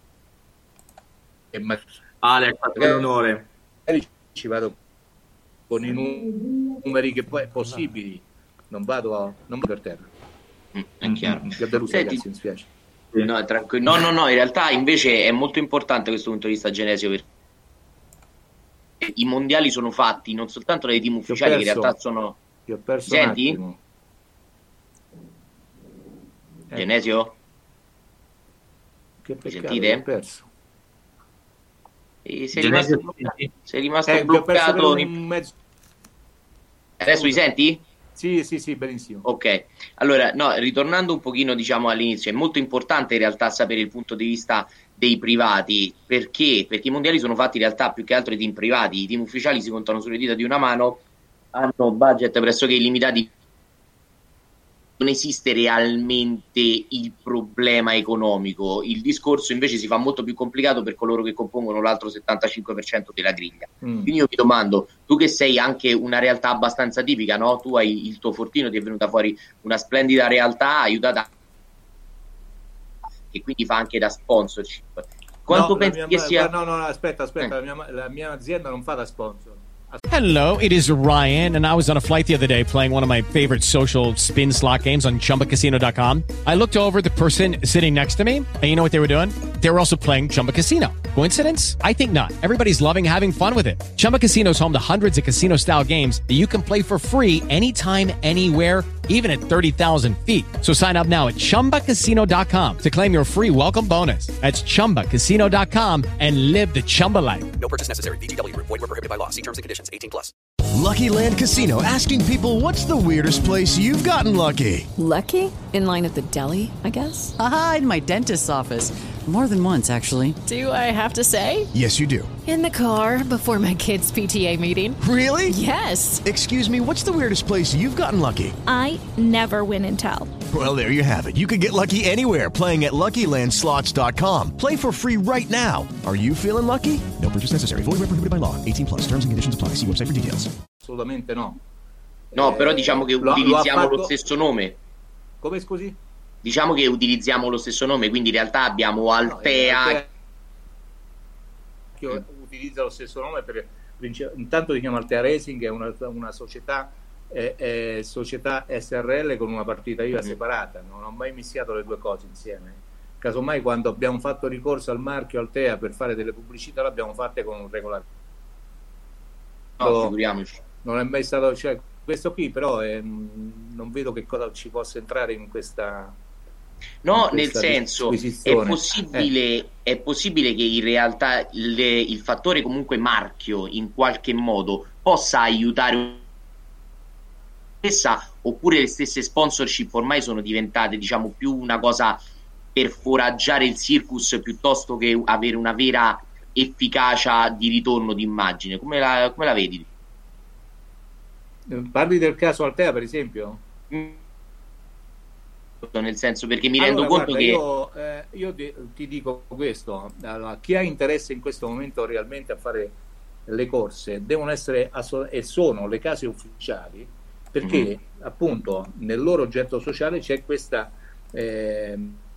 e ma,
Ale, è un onore.
Ci vado con i numeri che poi possibili, non vado, a, non vado per terra.
Mm, è chiaro.
Mi è deluso, ragazzi, mi spiace.
No, tranquillo. No, no, no, in realtà invece è molto importante questo punto di vista, Genesio, perché i mondiali sono fatti non soltanto dai team ufficiali, che in realtà sono...
Ti ho perso
Senti?
un attimo.
Eh. Genesio?
Che peccato,
sentite?
ho perso.
E sei rimasto bloccato, sei rimasto
eh,
bloccato
un
in...
mezzo...
Adesso mi senti?
Sì, sì, sì, benissimo.
Ok, allora, no, ritornando un pochino, diciamo, all'inizio, è molto importante in realtà sapere il punto di vista dei privati. Perché? Perché i mondiali sono fatti in realtà più che altro di team privati, i team ufficiali si contano sulle dita di una mano, hanno budget pressoché illimitati. Non esiste realmente il problema economico, il discorso invece si fa molto più complicato per coloro che compongono l'altro settantacinque per cento della griglia. Mm. Quindi io mi domando, tu che sei anche una realtà abbastanza tipica, no? Tu hai il tuo fortino, ti è venuta fuori una splendida realtà aiutata, che quindi fa anche da sponsorship. Quanto
no,
pensi
mia,
che sia...
No, no, no, aspetta, aspetta,
eh.
la, mia, la mia azienda non fa da sponsor.
Hello, it is Ryan, and I was on a flight the other day playing one of my favorite social spin slot games on Chumba Casino dot com. I looked over at the person sitting next to me, and you know what they were doing? They were also playing Chumba Casino. Coincidence? I think not. Everybody's loving having fun with it. Chumba Casino is home to hundreds of casino-style games that you can play for free anytime, anywhere, even at thirty thousand feet. So sign up now at Chumba Casino dot com to claim your free welcome bonus. That's Chumba Casino dot com and live the Chumba life.
No purchase necessary. V G W. Void where prohibited by law. See terms and conditions. eighteen plus.
Lucky Land Casino, asking people, what's the weirdest place you've gotten lucky?
Lucky? In line at the deli, I guess?
Aha, in my dentist's office. More than once, actually.
Do I have to say?
Yes, you do.
In the car before my kids' P T A meeting.
Really?
Yes.
Excuse me, what's the weirdest place you've gotten lucky?
I never win and tell.
Well, there you have it. You can get lucky anywhere, playing at Lucky Land Slots dot com. Play for free right now. Are you feeling lucky? No purchase necessary. Void where prohibited by law. eighteen plus. Terms and conditions apply. See website for details.
Assolutamente no.
No,
eh,
però diciamo che
lo,
utilizziamo
lo,
lo stesso nome.
Come, scusi?
Diciamo che utilizziamo lo stesso nome, quindi in realtà abbiamo Altea.
No, che utilizza lo stesso nome per intanto si chiama Altea Racing, è una, una società è, è società S R L con una partita I V A mm. separata. Non ho mai mischiato le due cose insieme. Casomai quando abbiamo fatto ricorso al marchio Altea per fare delle pubblicità l'abbiamo fatte con un regolare.
No, figuriamoci.
Non è mai stato, cioè, questo qui però è, non vedo che cosa ci possa entrare in questa.
No, in questa nel senso è possibile, eh. è possibile che in realtà le, il fattore comunque marchio in qualche modo possa aiutare stessa, oppure le stesse sponsorship ormai sono diventate, diciamo, più una cosa per foraggiare il circus piuttosto che avere una vera efficacia di ritorno d'immagine. Come la, come la vedi?
Parli del caso Altea, per esempio?
Mm. Nel senso, perché mi
allora,
rendo conto
guarda,
che
io, eh, io ti, ti dico questo: allora, chi ha interesse in questo momento realmente a fare le corse devono essere e sono le case ufficiali, perché mm-hmm. appunto nel loro oggetto sociale c'è questa eh,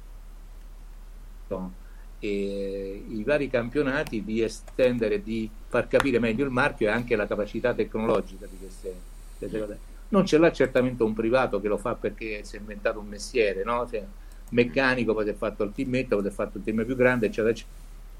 e i vari campionati di estendere, di far capire meglio il marchio e anche la capacità tecnologica di queste, queste cose. Non ce l'ha certamente un privato che lo fa perché si è inventato un mestiere, no? Cioè, meccanico, poi si è fatto il teametto, poi si è fatto il team più grande, eccetera, eccetera.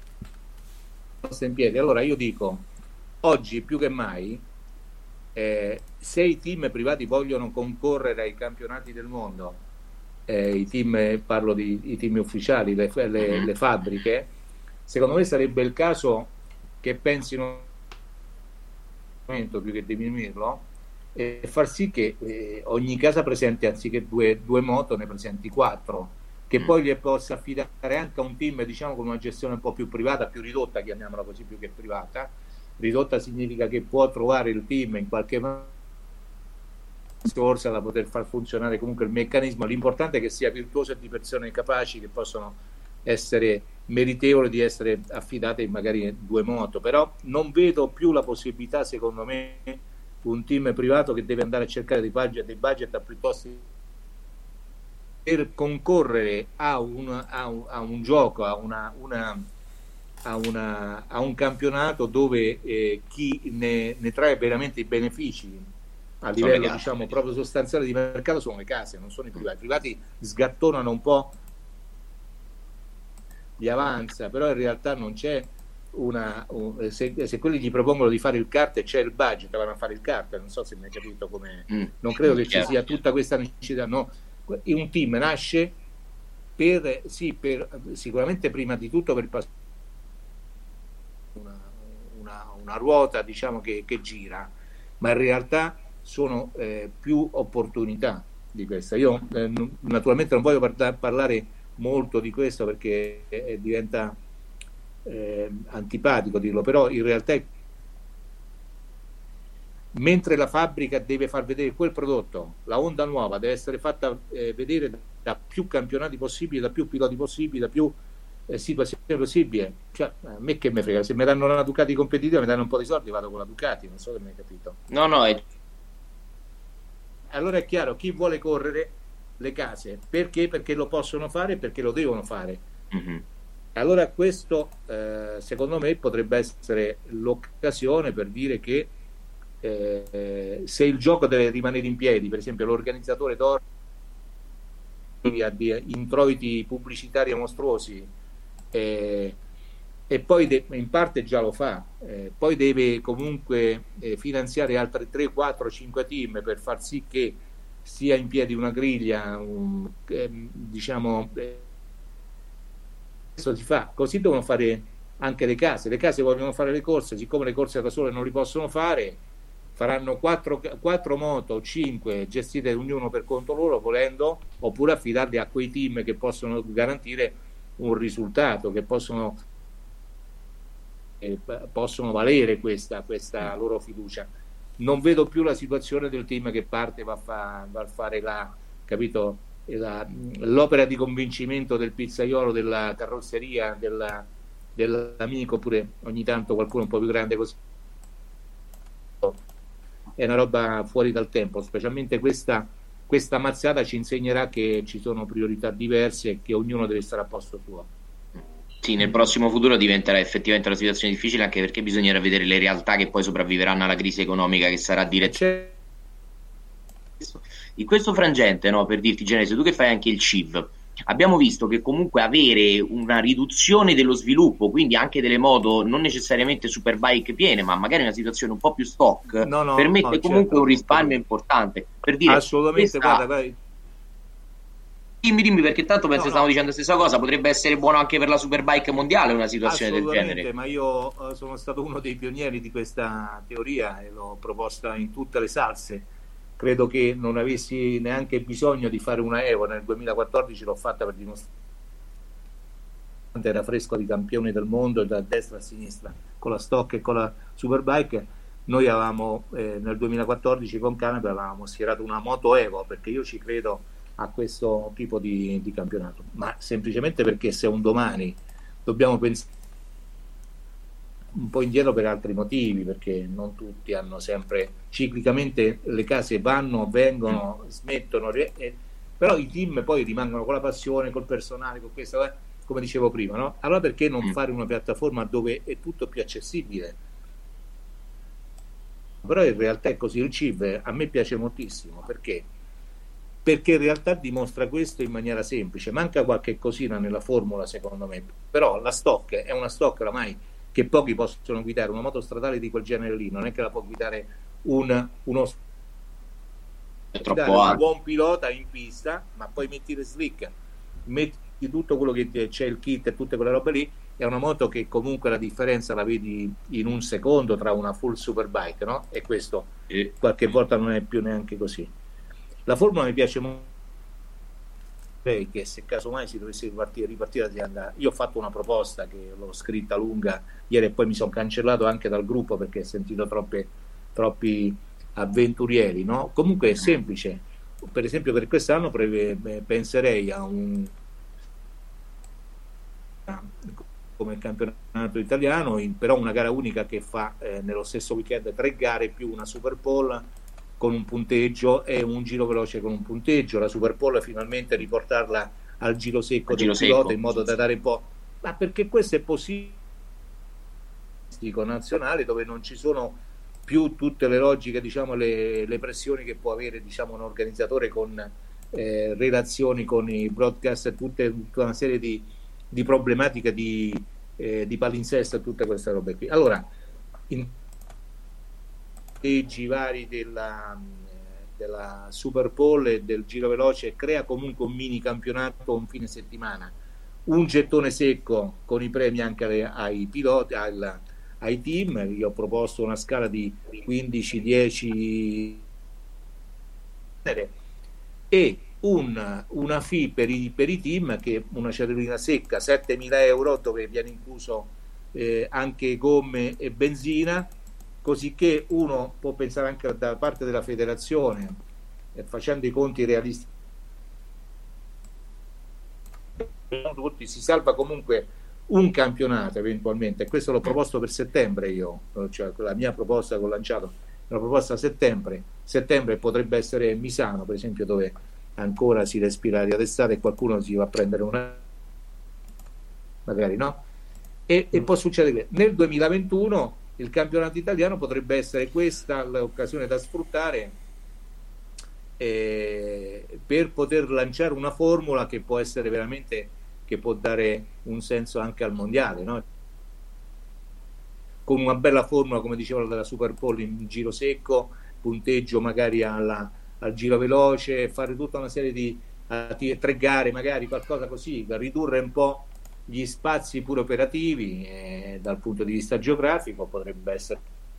In piedi. Allora io dico, oggi più che mai, eh, se i team privati vogliono concorrere ai campionati del mondo, eh, i team, parlo di i team ufficiali, le, le, le fabbriche, secondo me sarebbe il caso che pensino più che diminuirlo e far sì che eh, ogni casa presenti, anziché due, due moto, ne presenti quattro, che mm. poi gli possa affidare anche a un team, diciamo, con una gestione un po' più privata, più ridotta, chiamiamola così, più che privata. Ridotta significa che può trovare il team in qualche risorsa da poter far funzionare comunque il meccanismo. L'importante è che sia virtuoso e di persone capaci che possono essere meritevoli di essere affidate in magari due moto. Però non vedo più la possibilità, secondo me, un team privato che deve andare a cercare dei budget, dei budget a piuttosto per concorrere a un, a un, a un gioco, a, una, una, a, una, a un campionato dove eh, chi ne, ne trae veramente i benefici a livello, diciamo, proprio sostanziale di mercato sono le case, non sono i privati. I privati sgattonano un po', gli avanza, però in realtà non c'è una uh, se, se quelli gli propongono di fare il kart e c'è il budget, vanno a fare il kart. Non so se mi hai capito come. Mm. Non credo che ci sia tutta questa necessità, no. Un team nasce per sì, per sicuramente prima di tutto per passare una, una, una ruota, diciamo, che, che gira, ma in realtà sono eh, più opportunità di questa. Io eh, n- naturalmente non voglio par- parlare molto di questo perché eh, diventa Eh, antipatico dirlo, però in realtà mentre la fabbrica deve far vedere quel prodotto, la Honda nuova deve essere fatta eh, vedere da più campionati possibili, da più piloti possibili, da più eh, situazioni possibili. Cioè, a me che mi frega, se mi danno una Ducati competitiva, mi danno un po' di soldi, vado con la Ducati, non so se mi hai capito.
No, no, è...
Allora è chiaro, chi vuole correre le case, perché? Perché lo possono fare e perché lo devono fare.
Mm-hmm.
Allora questo eh, secondo me potrebbe essere l'occasione per dire che eh, se il gioco deve rimanere in piedi, per esempio l'organizzatore torna a di introiti pubblicitari mostruosi eh, e poi de- in parte già lo fa, eh, poi deve comunque eh, finanziare altri tre, quattro, cinque team per far sì che sia in piedi una griglia, un, eh, diciamo eh, questo si fa, così devono fare anche le case. Le case vogliono fare le corse, siccome le corse da sole non li possono fare, faranno quattro, quattro moto, cinque gestite ognuno per conto loro volendo, oppure affidarli a quei team che possono garantire un risultato, che possono eh, possono valere questa, questa loro fiducia. Non vedo più la situazione del team che parte va a, fa, va a fare la, capito, la, l'opera di convincimento del pizzaiolo, della carrozzeria, della, dell'amico, oppure ogni tanto qualcuno un po' più grande così. È una roba fuori dal tempo, specialmente questa, questa mazzata ci insegnerà che ci sono priorità diverse e che ognuno deve stare a posto suo.
Sì, nel prossimo futuro diventerà effettivamente una situazione difficile, anche perché bisognerà vedere le realtà che poi sopravviveranno alla crisi economica che sarà diretta. In questo frangente, no, per dirti, Genese, tu che fai anche il C I V, abbiamo visto che comunque avere una riduzione dello sviluppo, quindi anche delle moto non necessariamente superbike piene, ma magari una situazione un po' più stock,
no, no,
permette
no,
comunque
certo,
un risparmio importante. Per dire,
assolutamente,
questa...
guarda, vai.
Dimmi, dimmi, perché tanto penso
no,
stiamo
no.
dicendo la stessa cosa, potrebbe essere buono anche per la superbike mondiale una situazione del genere.
Ma io sono stato uno dei pionieri di questa teoria e l'ho proposta in tutte le salse. Credo che non avessi neanche bisogno di fare una Evo, nel duemilaquattordici l'ho fatta per dimostrare che era fresco di campioni del mondo da destra a sinistra, con la stock e con la superbike. Noi avevamo eh, nel duemilaquattordici con Canapa avevamo schierato una moto Evo, perché io ci credo a questo tipo di, di campionato, ma semplicemente perché se un domani dobbiamo pensare un po' indietro per altri motivi, perché non tutti hanno sempre, ciclicamente le case vanno, vengono, smettono, eh, però i team poi rimangono con la passione, col personale, con questo, eh, come dicevo prima, no? Allora perché non fare una piattaforma dove è tutto più accessibile? Però in realtà è così. Il C I V a me piace moltissimo, perché perché in realtà dimostra questo in maniera semplice. Manca qualche cosina nella formula secondo me, però la stock è una stock oramai che pochi possono guidare. Una moto stradale di quel genere lì non è che la può guidare un, uno
è troppo
un
alto.
buon pilota in pista, ma poi metti le slick, metti tutto quello che c'è, il kit e tutte quelle robe lì. È una moto che comunque la differenza la vedi in un secondo tra una full superbike, no? E questo
sì.
Qualche volta non è più neanche così. La formula mi piace molto, che se casomai si dovesse ripartire, ripartire azienda. Io ho fatto una proposta che l'ho scritta lunga ieri e poi mi sono cancellato anche dal gruppo perché ho sentito troppe, troppi avventurieri, no? Comunque è semplice. Per esempio per quest'anno preve, penserei a un come il campionato italiano, in, però una gara unica che fa eh, nello stesso weekend tre gare più una Super Pole con un punteggio e un giro veloce con un punteggio. La Super Pole finalmente riportarla al giro secco al del giro pilota secco. In modo da dare un po', ma perché questo è possibile nazionale dove non ci sono più tutte le logiche, diciamo le, le pressioni che può avere, diciamo, un organizzatore con eh, relazioni con i broadcast e tutte, tutta una serie di, di problematiche di, eh, di palinsesto e tutte queste robe qui. Allora in leggi vari della, della Super Pole e del giro veloce crea comunque un mini campionato un fine settimana, un gettone secco con i premi anche alle, ai piloti, al, ai team. Io ho proposto una scala di quindici dieci e un, una fee per i, per i team, che una cedolina secca settemila euro dove viene incluso eh, anche gomme e benzina, così che uno può pensare anche da parte della federazione, eh, facendo i conti realistici, si salva comunque un campionato eventualmente, e questo l'ho proposto per settembre io, cioè la mia proposta che ho lanciato, una proposta a settembre, settembre potrebbe essere Misano per esempio, dove ancora si respira aria d'estate e qualcuno si va a prendere una, magari no, e, e può succedere nel duemilaventuno il campionato italiano potrebbe essere questa l'occasione da sfruttare eh, per poter lanciare una formula che può essere veramente, che può dare un senso anche al mondiale, no? Con una bella formula come dicevano della Super Bowl in giro secco, punteggio magari alla, al giro veloce, fare tutta una serie di uh, tre gare magari, qualcosa così, per ridurre un po' gli spazi pure operativi eh, dal punto di vista geografico, potrebbe essere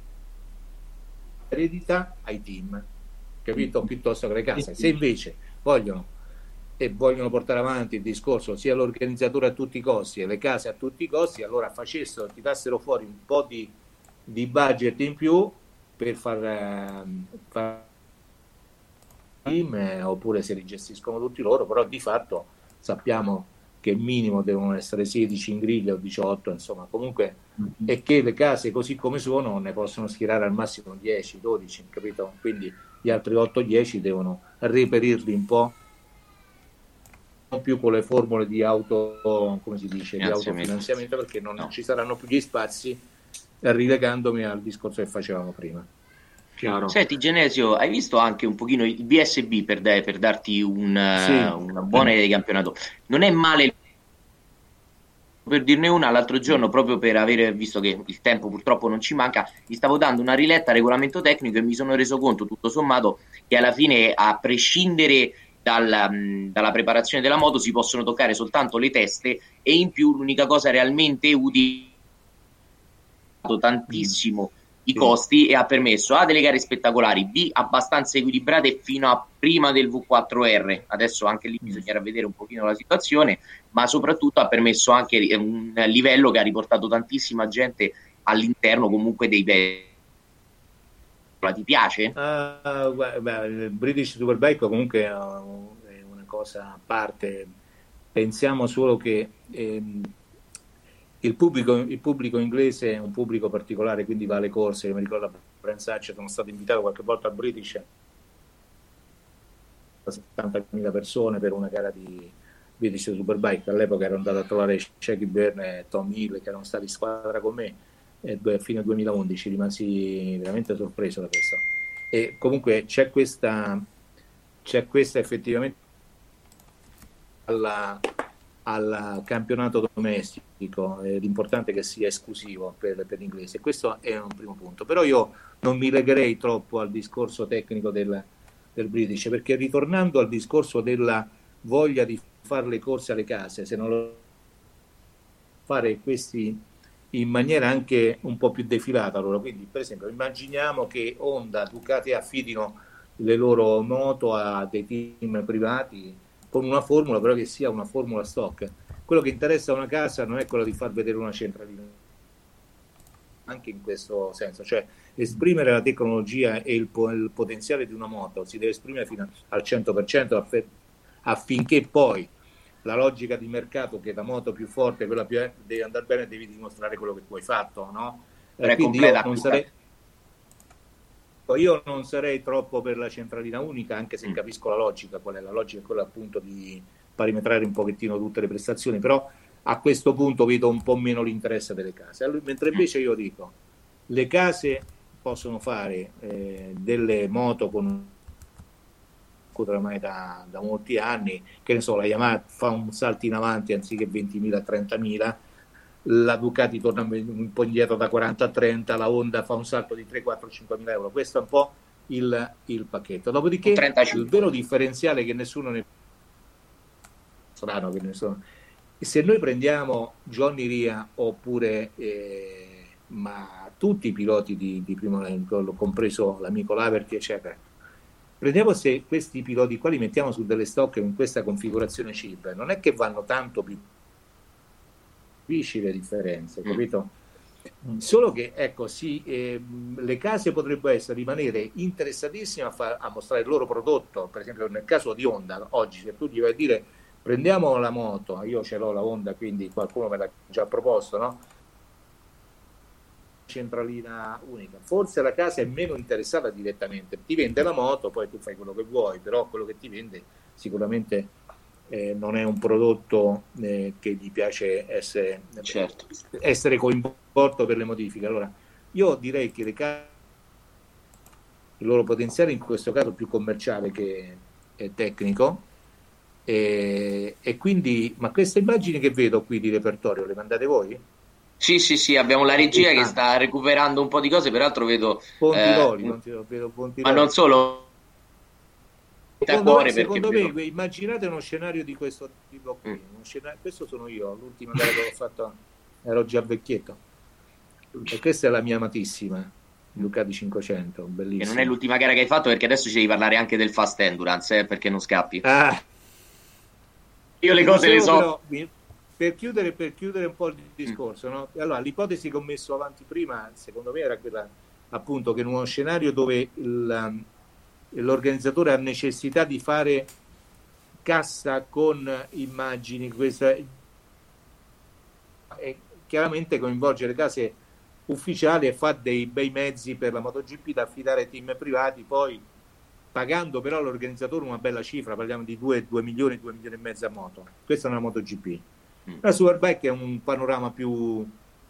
eredità ai team, capito? Piuttosto che le case. Se invece vogliono e vogliono portare avanti il discorso sia l'organizzatore a tutti i costi e le case a tutti i costi, allora facessero, tirassero fuori un po' di, di budget in più per far, eh, far team, eh, oppure se li gestiscono tutti loro, però di fatto sappiamo che il minimo devono essere sedici in griglia o diciotto, insomma, comunque, mm-hmm. e che le case così come sono ne possono schierare al massimo dieci dodici, capito? Quindi gli altri otto dieci devono reperirli un po', non più con le formule di auto, come si dice, di autofinanziamento, perché non no. ci saranno più gli spazi, rilegandomi al discorso che facevamo prima.
Chiaro. Senti Genesio, hai visto anche un pochino il B S B per, dare, per darti un, sì. una buona idea di campionato? Non è male, per dirne una, l'altro giorno, proprio per avere visto che il tempo purtroppo non ci manca, gli stavo dando una riletta al regolamento tecnico e mi sono reso conto tutto sommato che alla fine, a prescindere dalla, dalla preparazione della moto, si possono toccare soltanto le teste, e in più l'unica cosa realmente utile tantissimo mm. i costi, e ha permesso A delle gare spettacolari, B abbastanza equilibrate fino a prima del V quattro R, adesso anche lì bisognerà vedere un pochino la situazione, ma soprattutto ha permesso anche un livello che ha riportato tantissima gente all'interno comunque dei bei. Ti piace?
Uh, beh, il British Superbike comunque è una cosa a parte, pensiamo solo che ehm, Il pubblico, il pubblico inglese è un pubblico particolare, quindi va alle corse. Io mi ricordo a Brands Hatch, sono stato invitato qualche volta al British, settantamila persone per una gara di British Superbike. All'epoca ero andato a trovare Shaggy Byrne e Tom Hill, che erano stati in squadra con me, e a fine duemilaundici rimasi veramente sorpreso da questo. E comunque c'è questa, c'è questa effettivamente alla al campionato domestico, eh, l'importante è che sia esclusivo per, per l'inglese, questo è un primo punto. Però io non mi legherei troppo al discorso tecnico del, del British, perché ritornando al discorso della voglia di fare le corse alle case, se non lo fare questi in maniera anche un po' più defilata, allora, quindi per esempio immaginiamo che Honda, Ducati affidino le loro moto a dei team privati con una formula però che sia una formula stock. Quello che interessa a una casa non è quello di far vedere una centralina, anche in questo senso, cioè esprimere la tecnologia e il, po- il potenziale di una moto si deve esprimere fino al cento per cento aff- affinché poi la logica di mercato, che la moto più forte, quella più è, deve andare bene, devi dimostrare quello che tu hai fatto, no? Eh, quindi io non sarei Io non sarei troppo per la centralina unica, anche se mm. capisco la logica, qual è la logica, è quella appunto di parimetrare un pochettino tutte le prestazioni, però a questo punto vedo un po' meno l'interesse delle case. Allora, mentre invece io dico, le case possono fare eh, delle moto con oramai da, da molti anni, che ne so, la Yamaha fa un salto in avanti anziché ventimila a trentamila, la Ducati torna un po' indietro da quaranta a trenta, la Honda fa un salto di tre, quattro, cinque mila euro. Questo è un po' il, il pacchetto. Dopodiché il vero differenziale che nessuno ne strano che nessuno se noi prendiamo Johnny Ria oppure eh, ma tutti i piloti di, di primo elenco, compreso l'amico Laverty eccetera, prendiamo se questi piloti qua li mettiamo su delle stock in questa configurazione chip, non è che vanno tanto più le differenze, capito? Solo che ecco, sì, eh, le case potrebbero essere rimanere interessatissime a, fa- a mostrare il loro prodotto. Per esempio nel caso di Honda, oggi se tu gli vai a dire prendiamo la moto, io ce l'ho la Honda, quindi qualcuno me l'ha già proposto, no? Centralina unica, forse la casa è meno interessata direttamente, ti vende la moto, poi tu fai quello che vuoi, però quello che ti vende sicuramente eh, non è un prodotto eh, che gli piace essere,
certo.
essere coinvolto per le modifiche. Allora io direi che le case, il loro potenziale in questo caso più commerciale che è tecnico, e, e quindi, ma queste immagini che vedo qui di repertorio le mandate voi?
Sì, sì, sì, abbiamo la regia che sta recuperando un po' di cose, peraltro vedo
Pontiroli,
eh,
vedo Pontiroli.
ma non solo.
Secondo,
cuore
me, secondo
perché
me, immaginate uno scenario di questo tipo qui.
Mm.
Uno scenario, questo sono io, l'ultima gara che ho fatto ero già vecchietto. E questa è la mia amatissima Ducati cinquecento, bellissima.
Che non è l'ultima gara che hai fatto, perché adesso ci devi parlare anche del Fast Endurance, eh, perché non scappi.
Ah.
Io le cose le so.
Però, per chiudere, per chiudere un po' il discorso, no? Allora, l'ipotesi che ho messo avanti prima, secondo me, era quella appunto che in uno scenario dove il, l'organizzatore ha necessità di fare cassa con immagini, questa, e chiaramente coinvolge le case ufficiali e fa dei bei mezzi per la MotoGP da affidare ai team privati, poi pagando però all'organizzatore una bella cifra, parliamo di due milioni, due milioni e mezzo a moto. Questa è una MotoGP. La Superbike è un panorama più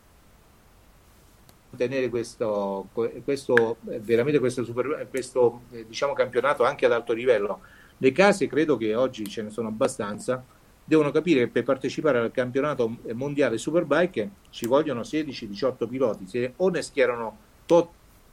tenere questo, questo veramente questo, super, questo diciamo campionato anche ad alto livello. Le case, credo che oggi ce ne sono abbastanza, devono capire che per partecipare al campionato mondiale Superbike ci vogliono sedici diciotto piloti, se o ne schierano tot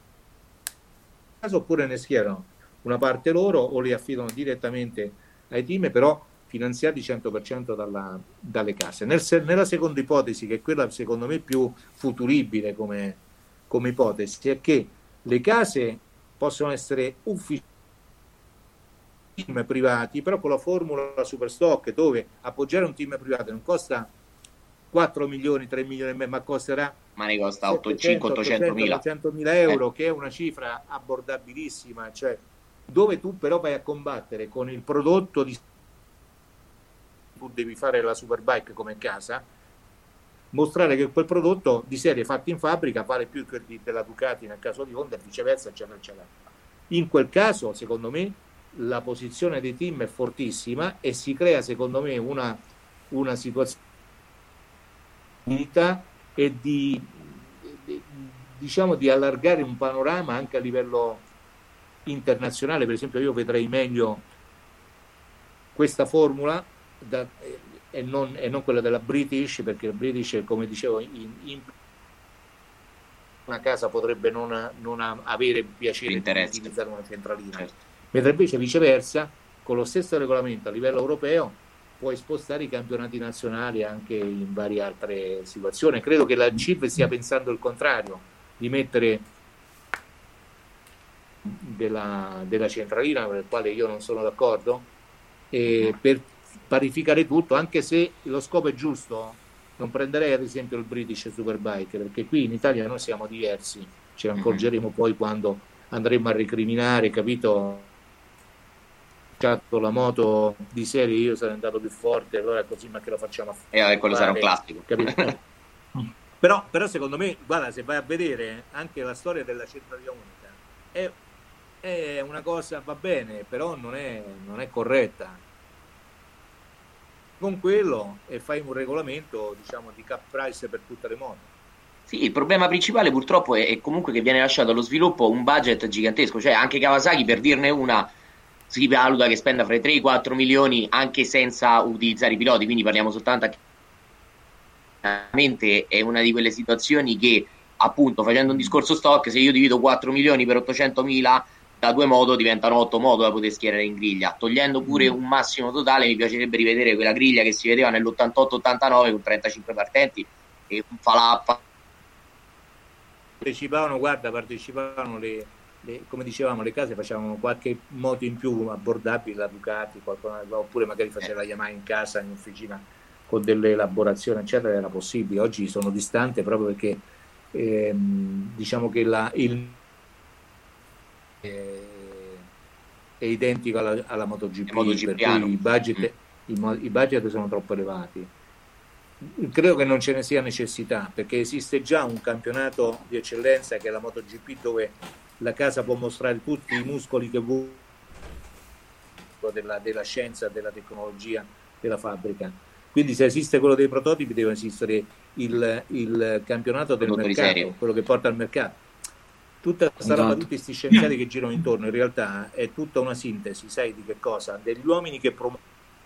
oppure ne schierano una parte loro o li affidano direttamente ai team, però finanziati cento per cento dalla, dalle case. Nel, nella seconda ipotesi, che è quella secondo me più futuribile come, come ipotesi, è che le case possono essere ufficiali team privati, però con la formula Superstock, dove appoggiare un team privato non costa quattro milioni, tre milioni e mezzo, ma costerà
ma ne costa cinquecento ottocento
mila euro, eh. che è una cifra abbordabilissima, cioè dove tu però vai a combattere con il prodotto di tu devi fare la Superbike come casa, mostrare che quel prodotto di serie fatto in fabbrica vale più che della Ducati nel caso di Honda e viceversa, eccetera, eccetera. In quel caso, secondo me, la posizione dei team è fortissima e si crea, secondo me, una, una situazione di e di, di diciamo di allargare un panorama anche a livello internazionale. Per esempio, io vedrei meglio questa formula da, e, non, e non quella della British, perché il British, come dicevo, in, in una casa potrebbe non, non avere piacere di utilizzare una centralina, certo. Mentre invece viceversa, con lo stesso regolamento a livello europeo puoi spostare i campionati nazionali anche in varie altre situazioni. Credo che la C I V stia pensando il contrario, di mettere della, della centralina, con il quale io non sono d'accordo, e per parificare tutto, anche se lo scopo è giusto. Non prenderei ad esempio il British Superbike, perché qui in Italia noi siamo diversi, ce ne accorgeremo mm-hmm. poi quando andremo a recriminare, capito? La moto di serie io sarei andato più forte, allora così, ma che lo facciamo a
fare? Eh, quello sarà un classico,
capito? però, però secondo me, guarda, se vai a vedere anche la storia della centralina unica è, è una cosa, va bene, però non è, non è corretta con quello, e fai un regolamento, diciamo, di cap price per tutte le moto.
Sì, il problema principale purtroppo è, è comunque che viene lasciato allo sviluppo un budget gigantesco, cioè anche Kawasaki, per dirne una, si valuta che spenda fra i tre e i quattro milioni anche senza utilizzare i piloti, quindi parliamo soltanto a... è una di quelle situazioni che, appunto, facendo un discorso stock, se io divido quattro milioni per ottocentomila, da due moto diventano otto moto da poter schierare in griglia, togliendo pure un massimo totale. Mi piacerebbe rivedere quella griglia che si vedeva nell'ottantotto ottantanove con trentacinque partenti e un falappa.
Partecipavano, guarda, partecipavano le, le, come dicevamo, le case facevano qualche moto in più abbordabile, la Ducati, qualcuno, oppure magari faceva la Yamaha in casa, in officina, con delle elaborazioni, eccetera, era possibile. Oggi sono distante proprio perché ehm, diciamo che la, il eh, è identico alla, alla MotoGP,
MotoGP
per cui i budget, mm. i, i budget sono troppo elevati. Credo che non ce ne sia necessità, perché esiste già un campionato di eccellenza che è la MotoGP, dove la casa può mostrare tutti i muscoli che vuole della, della scienza, della tecnologia della fabbrica. Quindi se esiste quello dei prototipi, deve esistere il, il campionato del
Prodotto
mercato, quello che porta al mercato. Tutta questa roba, tutti questi scienziati che girano intorno, in realtà è tutta una sintesi, sai di che cosa? Degli uomini che promuovono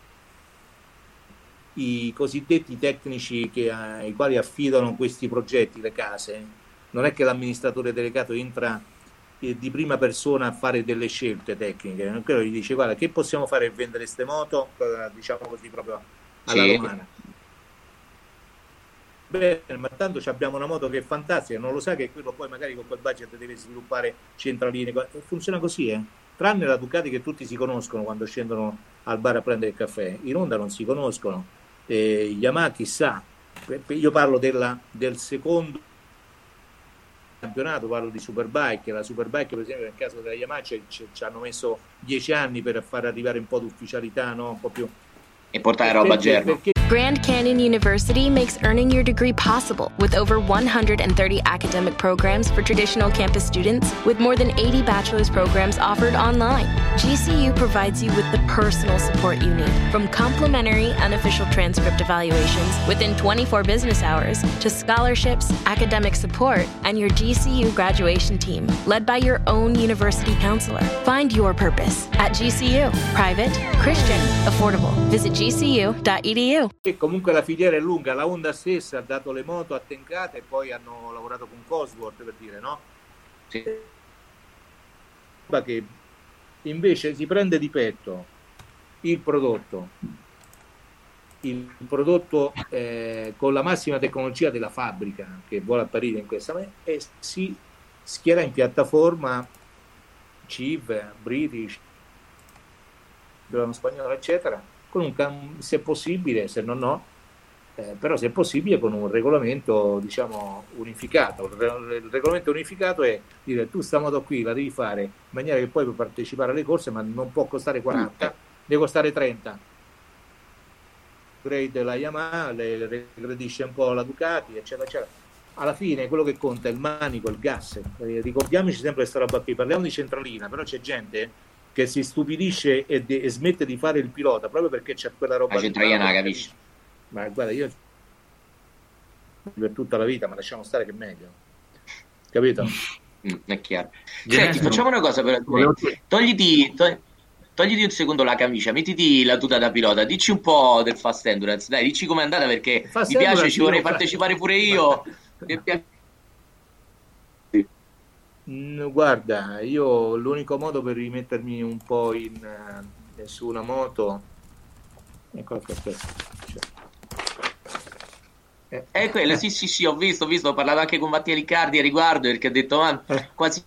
i cosiddetti tecnici che, ai quali affidano questi progetti, le case. Non è che l'amministratore delegato entra eh, di prima persona a fare delle scelte tecniche, non credo, gli dice guarda che possiamo fare per vendere ste moto, diciamo così proprio alla sì. romana. Bene, ma tanto abbiamo una moto che è fantastica, non lo sa che quello poi magari con quel budget deve sviluppare centraline, funziona così, eh? Tranne la Ducati che tutti si conoscono quando scendono al bar a prendere il caffè, i Honda non si conoscono, eh, Yamaha chissà, io parlo della, del secondo campionato, parlo di Superbike, la Superbike per esempio nel caso della Yamaha ci, ci, ci hanno messo dieci anni per far arrivare un po' di ufficialità, no? Un po' più
e portare roba a germo.
Grand Canyon University makes earning your degree possible with over one hundred thirty academic programs for traditional campus students, with more than eighty bachelor's programs offered online. G C U provides you with the personal support you need, from complimentary unofficial transcript evaluations within twenty-four business hours to scholarships, academic support, and your G C U graduation team, led by your own university counselor. Find your purpose at G C U. Private, Christian, affordable. Visit g c u dot e d u.
E comunque la filiera è lunga, la Honda stessa ha dato le moto a Tenkate e poi hanno lavorato con Cosworth, per dire, no? Sì. Che invece si prende di petto il prodotto, il prodotto eh, con la massima tecnologia della fabbrica che vuole apparire in questa maniera e si schiera in piattaforma C I V, British, spagnolo, eccetera. Con un, se possibile, se non no, eh, però se possibile con un regolamento diciamo unificato. Il, il regolamento unificato è dire tu sta moto qui la devi fare in maniera che poi puoi partecipare alle corse, ma non può costare quaranta, deve costare trenta. Grade la Yamaha, le regredisce un po' la Ducati, eccetera, eccetera. Alla fine quello che conta è il manico, il gas. Eh, ricordiamoci sempre questa roba qui, parliamo di centralina, però c'è gente che si stupidisce e, de- e smette di fare il pilota proprio perché c'è quella roba.
La centralina, capisci?
Ma guarda, io per tutta la vita, ma lasciamo stare che è meglio, capito?
Mm, è chiaro. Senti, facciamo una cosa però, togliti, tog- togliti un secondo la camicia, mettiti la tuta da pilota, dici un po' del Fast Endurance, dai, dici com'è andata perché Fast mi piace, ci vorrei partecipare pure io. Mi piace.
Guarda, io l'unico modo per rimettermi un po' in, eh, su una moto ecco, aspetta, cioè.
eh. è quella, sì sì sì, ho visto, ho visto, ho parlato anche con Mattia Riccardi a riguardo perché ha detto man, quasi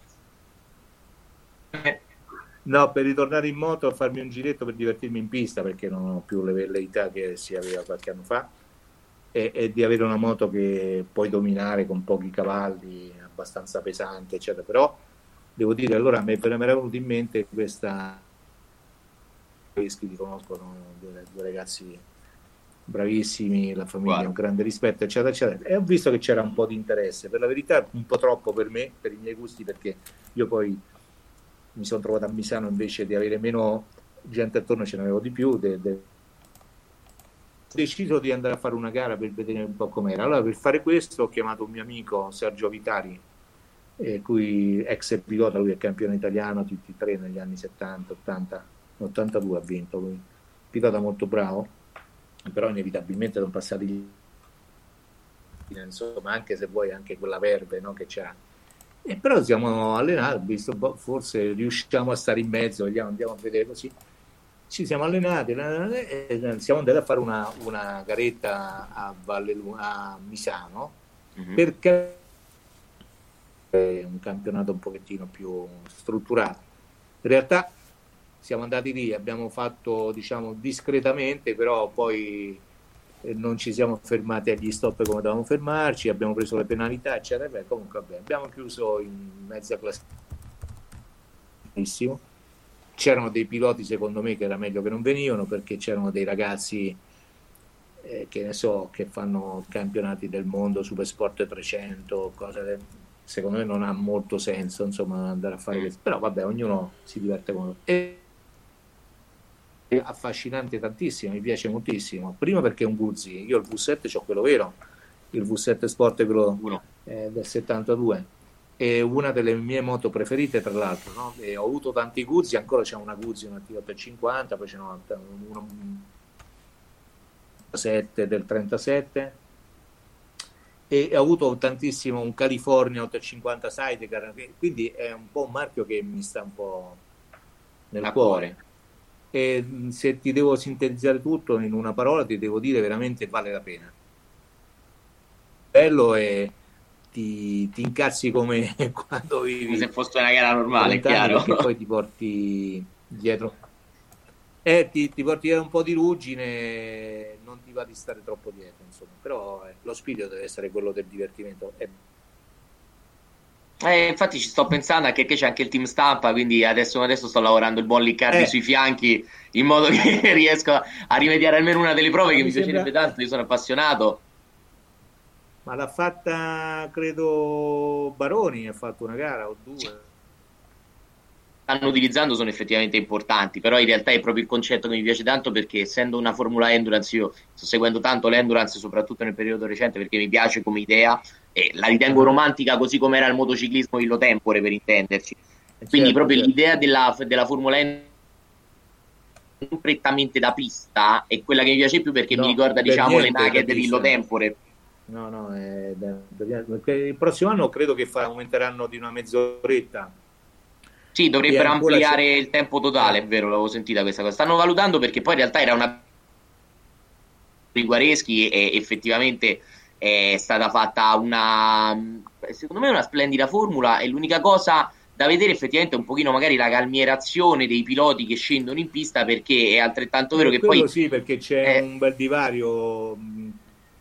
no, per ritornare in moto a farmi un giretto per divertirmi in pista perché non ho più le velleità che si aveva qualche anno fa e, e di avere una moto che puoi dominare con pochi cavalli, abbastanza pesante, eccetera. Però devo dire, allora mi era venuto in mente questa che li conoscono, due, due ragazzi bravissimi, la famiglia, wow. Un grande rispetto, eccetera, eccetera. E ho visto che c'era un po' di interesse, per la verità un po' troppo per me, per i miei gusti, perché io poi mi sono trovato a Misano invece di avere meno gente attorno, ce ne avevo di più. De, de... Ho deciso di andare a fare una gara per vedere un po' com'era. Allora, per fare questo ho chiamato un mio amico Sergio Vitali, eh, cui ex pilota, lui è campione italiano T T tre negli anni settanta, ottanta, ottantadue ha vinto lui, pilota molto bravo, però inevitabilmente sono passati gli... insomma, anche se vuoi anche quella verve, no, che c'ha. E però siamo allenati, ho visto, boh, forse riusciamo a stare in mezzo, andiamo, andiamo a vedere così. Ci siamo allenati e siamo andati a fare una, una garetta a, Valle, a Misano, mm-hmm. perché è un campionato un pochettino più strutturato. In realtà siamo andati lì, abbiamo fatto diciamo discretamente, però poi eh, non ci siamo fermati agli stop come dovevamo fermarci, abbiamo preso le penalità, eccetera. Beh, comunque vabbè, abbiamo chiuso in mezza classifica. C'erano dei piloti secondo me che era meglio che non venivano, perché c'erano dei ragazzi eh, che ne so, che fanno campionati del mondo, Supersport trecento, cose del... secondo me non ha molto senso insomma andare a fare questo, però vabbè, ognuno si diverte con e è affascinante tantissimo, mi piace moltissimo, prima perché è un Guzzi, io il V sette c'ho quello vero, il V sette Sport quello eh, del settantadue, è una delle mie moto preferite tra l'altro, no? E ho avuto tanti Guzzi, ancora c'è una Guzzi, una T ottocentocinquanta, poi c'è una, uno sette del trentasette e ho avuto tantissimo un California ottocentocinquanta Sidecar, quindi è un po' un marchio che mi sta un po' nel
A
cuore.
cuore.
E se ti devo sintetizzare tutto in una parola, ti devo dire veramente vale la pena. Bello e ti, ti incazzi come quando vivi,
come se fosse una gara normale, è chiaro,
perché poi ti porti dietro eh, ti, ti porti dietro un po' di ruggine, non ti va di stare troppo dietro insomma, però eh, lo spirito deve essere quello del divertimento. È...
Eh, infatti ci sto pensando anche che c'è anche il team stampa, quindi adesso, adesso sto lavorando il buon Liccardi
Eh.
sui fianchi in modo che riesco a, a rimediare almeno una delle prove che
Mi
mi piacerebbe
sembra-
tanto, io sono appassionato.
ma l'ha fatta credo Baroni, ha fatto una gara o due.
Stanno utilizzando sono effettivamente importanti, però in realtà è proprio il concetto che mi piace tanto, perché essendo una Formula Endurance io sto seguendo tanto l'Endurance soprattutto nel periodo recente perché mi piace come idea e la ritengo romantica così come era il motociclismo illo tempore, per intenderci, quindi
Certo,
proprio
certo.
l'idea della, della Formula Endurance non prettamente da pista è quella che mi piace più, perché
No,
mi ricorda
per
diciamo
niente
le
da
naked
pista.
dell'illo tempore.
No, no, è da- da- perché il prossimo anno credo che fa- aumenteranno di una mezz'oretta.
Sì, dovrebbero
E ancora
ampliare
c'è-
il tempo totale, è vero, l'avevo sentita questa cosa. Stanno valutando perché poi in realtà era una di Guareschi e effettivamente è stata fatta una, secondo me una splendida formula, e l'unica cosa da vedere effettivamente è un pochino magari la calmierazione dei piloti che scendono in pista, perché è altrettanto vero che
Quello
poi
sì, perché c'è
eh,
un bel divario. mh,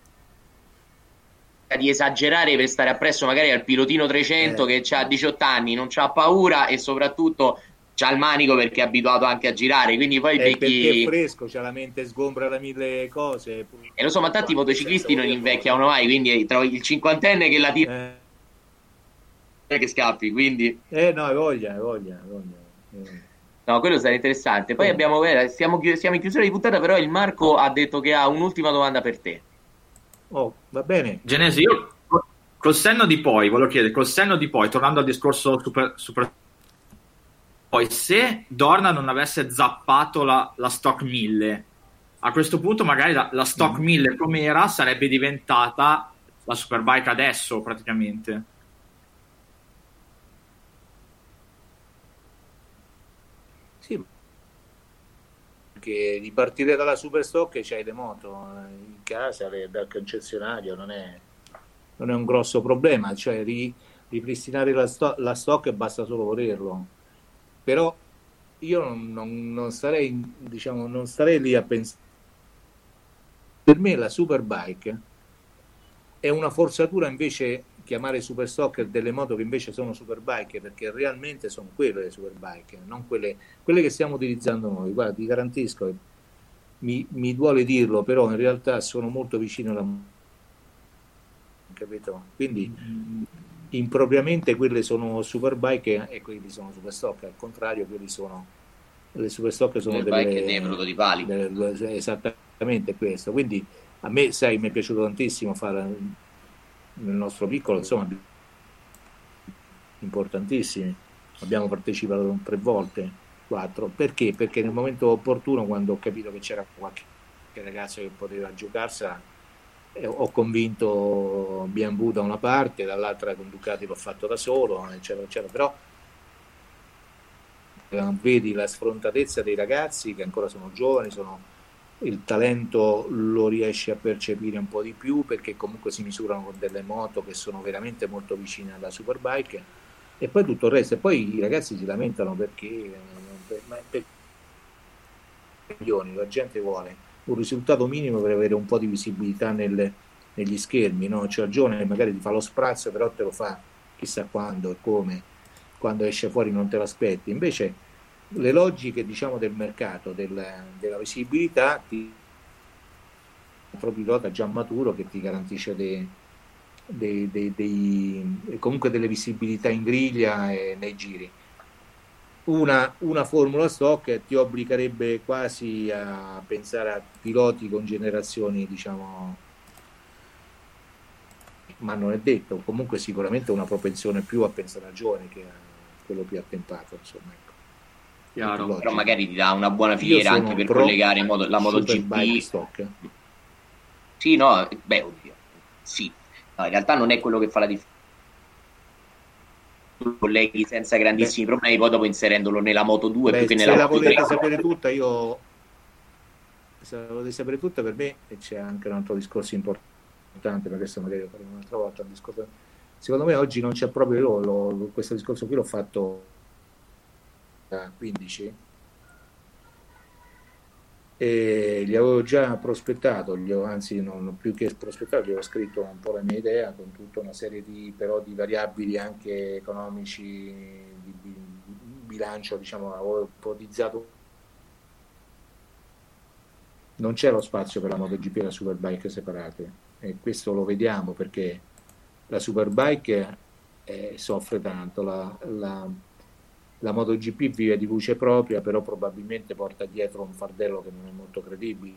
di esagerare per stare appresso magari al pilotino trecento
Eh.
che ha diciotto anni, non c'ha paura e soprattutto c'ha il manico perché è abituato anche a girare, quindi poi
eh, perché è
becchi...
fresco, c'ha la mente sgombra da mille cose.
E lo so, ma tanti motociclisti non invecchiano mai, quindi trovi il cinquantenne che la tira
Eh,
che scappi, quindi
eh, no, hai voglia, hai voglia, hai voglia. Eh.
no, quello sarà interessante. Poi abbiamo, eh, siamo, chi- siamo in chiusura di puntata, però il Marco ha detto che ha un'ultima domanda per te.
Oh, va bene.
Genesi, io col senno di poi, volevo chiedere, col senno di poi, tornando al discorso super, super poi, se Dorna non avesse zappato la, la Stock mille, a questo punto magari la, la Stock mille com'era sarebbe diventata la Superbike adesso praticamente.
Sì, perché ripartire dalla Superstock c'hai le moto eh, in casa, le- dal concessionario, non è, non è un grosso problema, cioè ri- ripristinare la, sto- la stock basta solo volerlo. Però io non, non- non starei, diciamo, non starei lì a pensare. Per me la Superbike è una forzatura invece chiamare Superstock delle moto che invece sono Superbike, perché realmente sono quelle le Superbike, non quelle, quelle che stiamo utilizzando noi. Guarda, ti garantisco, che mi, mi duole dirlo, però in realtà sono molto vicino alla capito? Quindi impropriamente quelle sono Superbike e quelli sono Superstock, al contrario quelli sono le Superstock sono
Superbike
delle,
nei prototipali.
delle- esattamente questo. Quindi a me, sai, mi è piaciuto tantissimo fare nel nostro piccolo, insomma, importantissimi. Abbiamo partecipato tre volte, quattro. Perché? Perché nel momento opportuno, quando ho capito che c'era qualche ragazzo che poteva giocarsela, eh, ho convinto B and B da una parte, dall'altra con Ducati l'ho fatto da solo, eccetera, eccetera. Però eh, vedi la sfrontatezza dei ragazzi che ancora sono giovani, sono il talento lo riesci a percepire un po' di più, perché comunque si misurano con delle moto che sono veramente molto vicine alla Superbike, e poi tutto il resto. E poi i ragazzi si lamentano perché, per, ma per milioni la gente vuole un risultato minimo per avere un po' di visibilità nelle, negli schermi, no? C'è ragione, magari ti fa lo sprazzo, però te lo fa chissà quando e come, quando esce fuori non te l'aspetti. Invece le logiche, diciamo, del mercato, del, della visibilità, ti un pilota già maturo che ti garantisce dei, dei, dei, dei, comunque delle visibilità in griglia e nei giri. Una, una formula stock ti obbligherebbe quasi a pensare a piloti con generazioni, diciamo, ma non è detto, comunque sicuramente una propensione più a pensare a giovane che a quello più attempato, insomma, ecco.
Chiaro, però magari ti dà una buona filiera anche per collegare modo, la MotoGP
stock.
Sì, no, beh, oddio, sì, no, in realtà non è quello che fa la differenza. Tu colleghi senza grandissimi beh, problemi, poi dopo inserendolo nella Moto due
beh,
più che nella
Moto
tre.
Se la volete sapere tutta, io se la volete sapere tutta, per me, e c'è anche un altro discorso importante, ma questo magari lo faremo un'altra volta, un discorso. Secondo me oggi non c'è proprio, io lo, lo, questo discorso qui l'ho fatto a quindici e gli avevo già prospettato, gli ho, anzi non più che prospettato, gli avevo scritto un po' la mia idea con tutta una serie di, però, di variabili anche economici, di, di, di bilancio, diciamo, avevo ipotizzato. Non c'è lo spazio per la MotoGP e la Superbike separate, e questo lo vediamo perché la Superbike eh, soffre tanto, la, la La MotoGP vive di luce propria, però probabilmente porta dietro un fardello che non è molto credibile.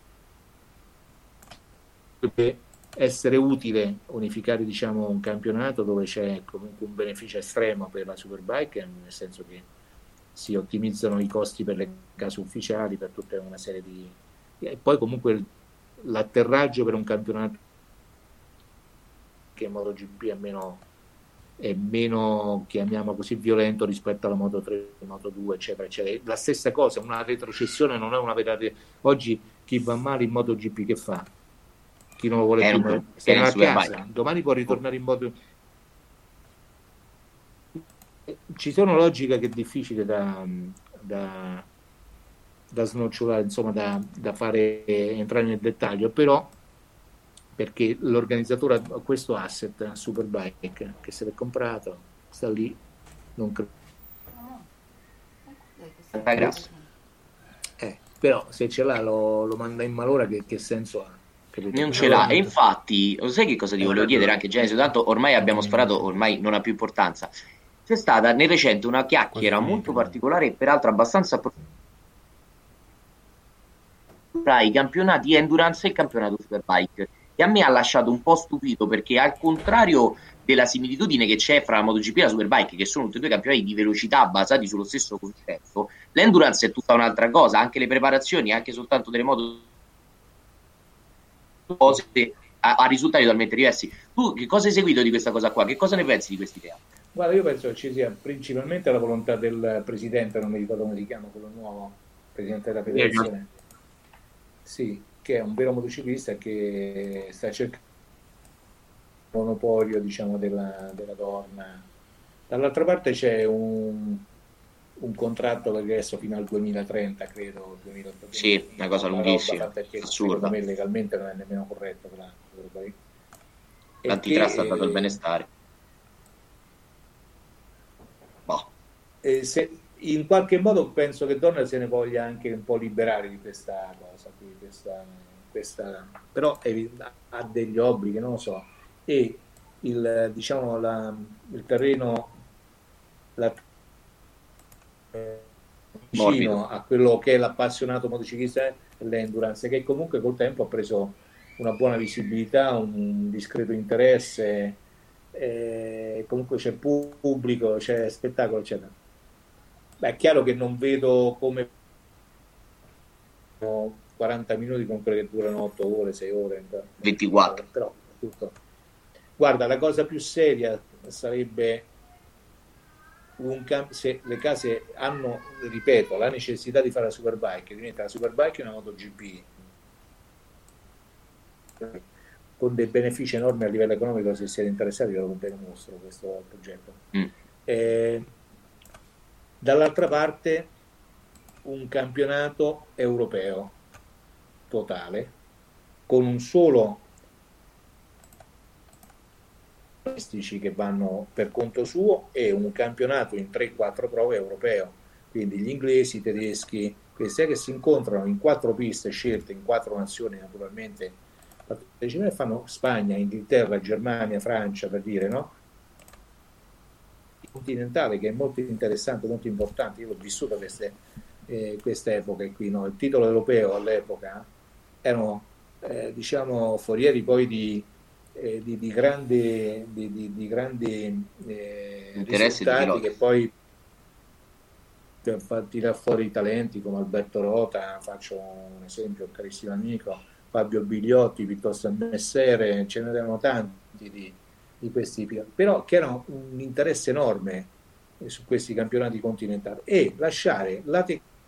Potrebbe essere utile unificare, diciamo, un campionato dove c'è comunque un beneficio estremo per la Superbike, nel senso che si ottimizzano i costi per le case ufficiali, per tutta una serie di... E poi comunque l'atterraggio per un campionato che in MotoGP è meno... è meno, chiamiamo così, violento rispetto alla Moto tre, Moto due, eccetera, eccetera. La stessa cosa, una retrocessione non è una vera... Oggi chi va male in MotoGP che fa? Chi non lo vuole
eh,
più? Se ne va a casa, domani può ritornare in Moto. Ci sono logiche che è difficile da, da, da snocciolare, insomma, da, da fare entrare nel dettaglio, però perché l'organizzatore ha questo asset Superbike che se l'è comprato, sta lì, non credo. Eh, però se ce l'ha lo, lo manda in malora, che, che senso ha? Capito?
Non ce l'ha, e infatti, lo sai che cosa ti volevo chiedere anche Genesio, tanto ormai abbiamo sparato, ormai non ha più importanza. C'è stata nel recente una chiacchiera molto particolare e peraltro abbastanza tra i campionati endurance e il campionato Superbike, e a me ha lasciato un po' stupito, perché al contrario della similitudine che c'è fra la MotoGP e la Superbike, che sono tutti e due campionati di velocità basati sullo stesso concetto, l'endurance è tutta un'altra cosa, anche le preparazioni, anche soltanto delle moto cose a, a risultati totalmente diversi. Tu che cosa hai seguito di questa cosa qua? Che cosa ne pensi di questa idea?
Guarda, io penso che ci sia principalmente la volontà del presidente, non mi ricordo come si chiama, quello nuovo presidente della federazione, sì, che è un vero motociclista che sta cercando il monopolio, diciamo, della, della donna. Dall'altra parte c'è un, un contratto per adesso fino al duemilatrenta, credo. duemilatrenta,
sì, una cosa una lunghissima,
perché
assurda.
Secondo me legalmente non è nemmeno corretto.
L'antitrust ha dato il benestare.
Boh. E se, in qualche modo penso che Dorna se ne voglia anche un po' liberare di questa cosa qui, questa, questa, però è, ha degli obblighi, non lo so, e il, diciamo, la, il terreno la, eh, vicino Morbido. A quello che è l'appassionato motociclista è l'endurance, che comunque col tempo ha preso una buona visibilità, un discreto interesse, eh, comunque c'è pubblico, c'è spettacolo, eccetera. Beh, è chiaro che non vedo come quaranta minuti con quelle che durano otto ore, sei ore,
ventiquattro.
Però tutto. Guarda, la cosa più seria sarebbe un camp- se le case hanno, ripeto, la necessità di fare la Superbike, diventa la Superbike una MotoGP con dei benefici enormi a livello economico. Se siete interessati ve lo mostro questo progetto. Mm. Eh, dall'altra parte un campionato europeo totale, con un solo che vanno per conto suo e un campionato in tre quattro prove europeo, quindi gli inglesi, i tedeschi, questi che si incontrano in quattro piste scelte in quattro nazioni naturalmente partecipano, fanno Spagna, Inghilterra, Germania, Francia, per dire, no? Il continentale, che è molto interessante, molto importante. Io l'ho vissuto queste, eh, queste epoche qui, no? Il titolo europeo all'epoca erano eh, diciamo forieri poi di Eh, di, di grandi di, di, di grandi eh, risultati che poi per far tirare fuori i talenti come Alberto Rota, faccio un esempio, un carissimo amico, Fabio Bigliotti, piuttosto Messere, ce ne erano tanti di, di questi, però che erano un interesse enorme su questi campionati continentali, e lasciare la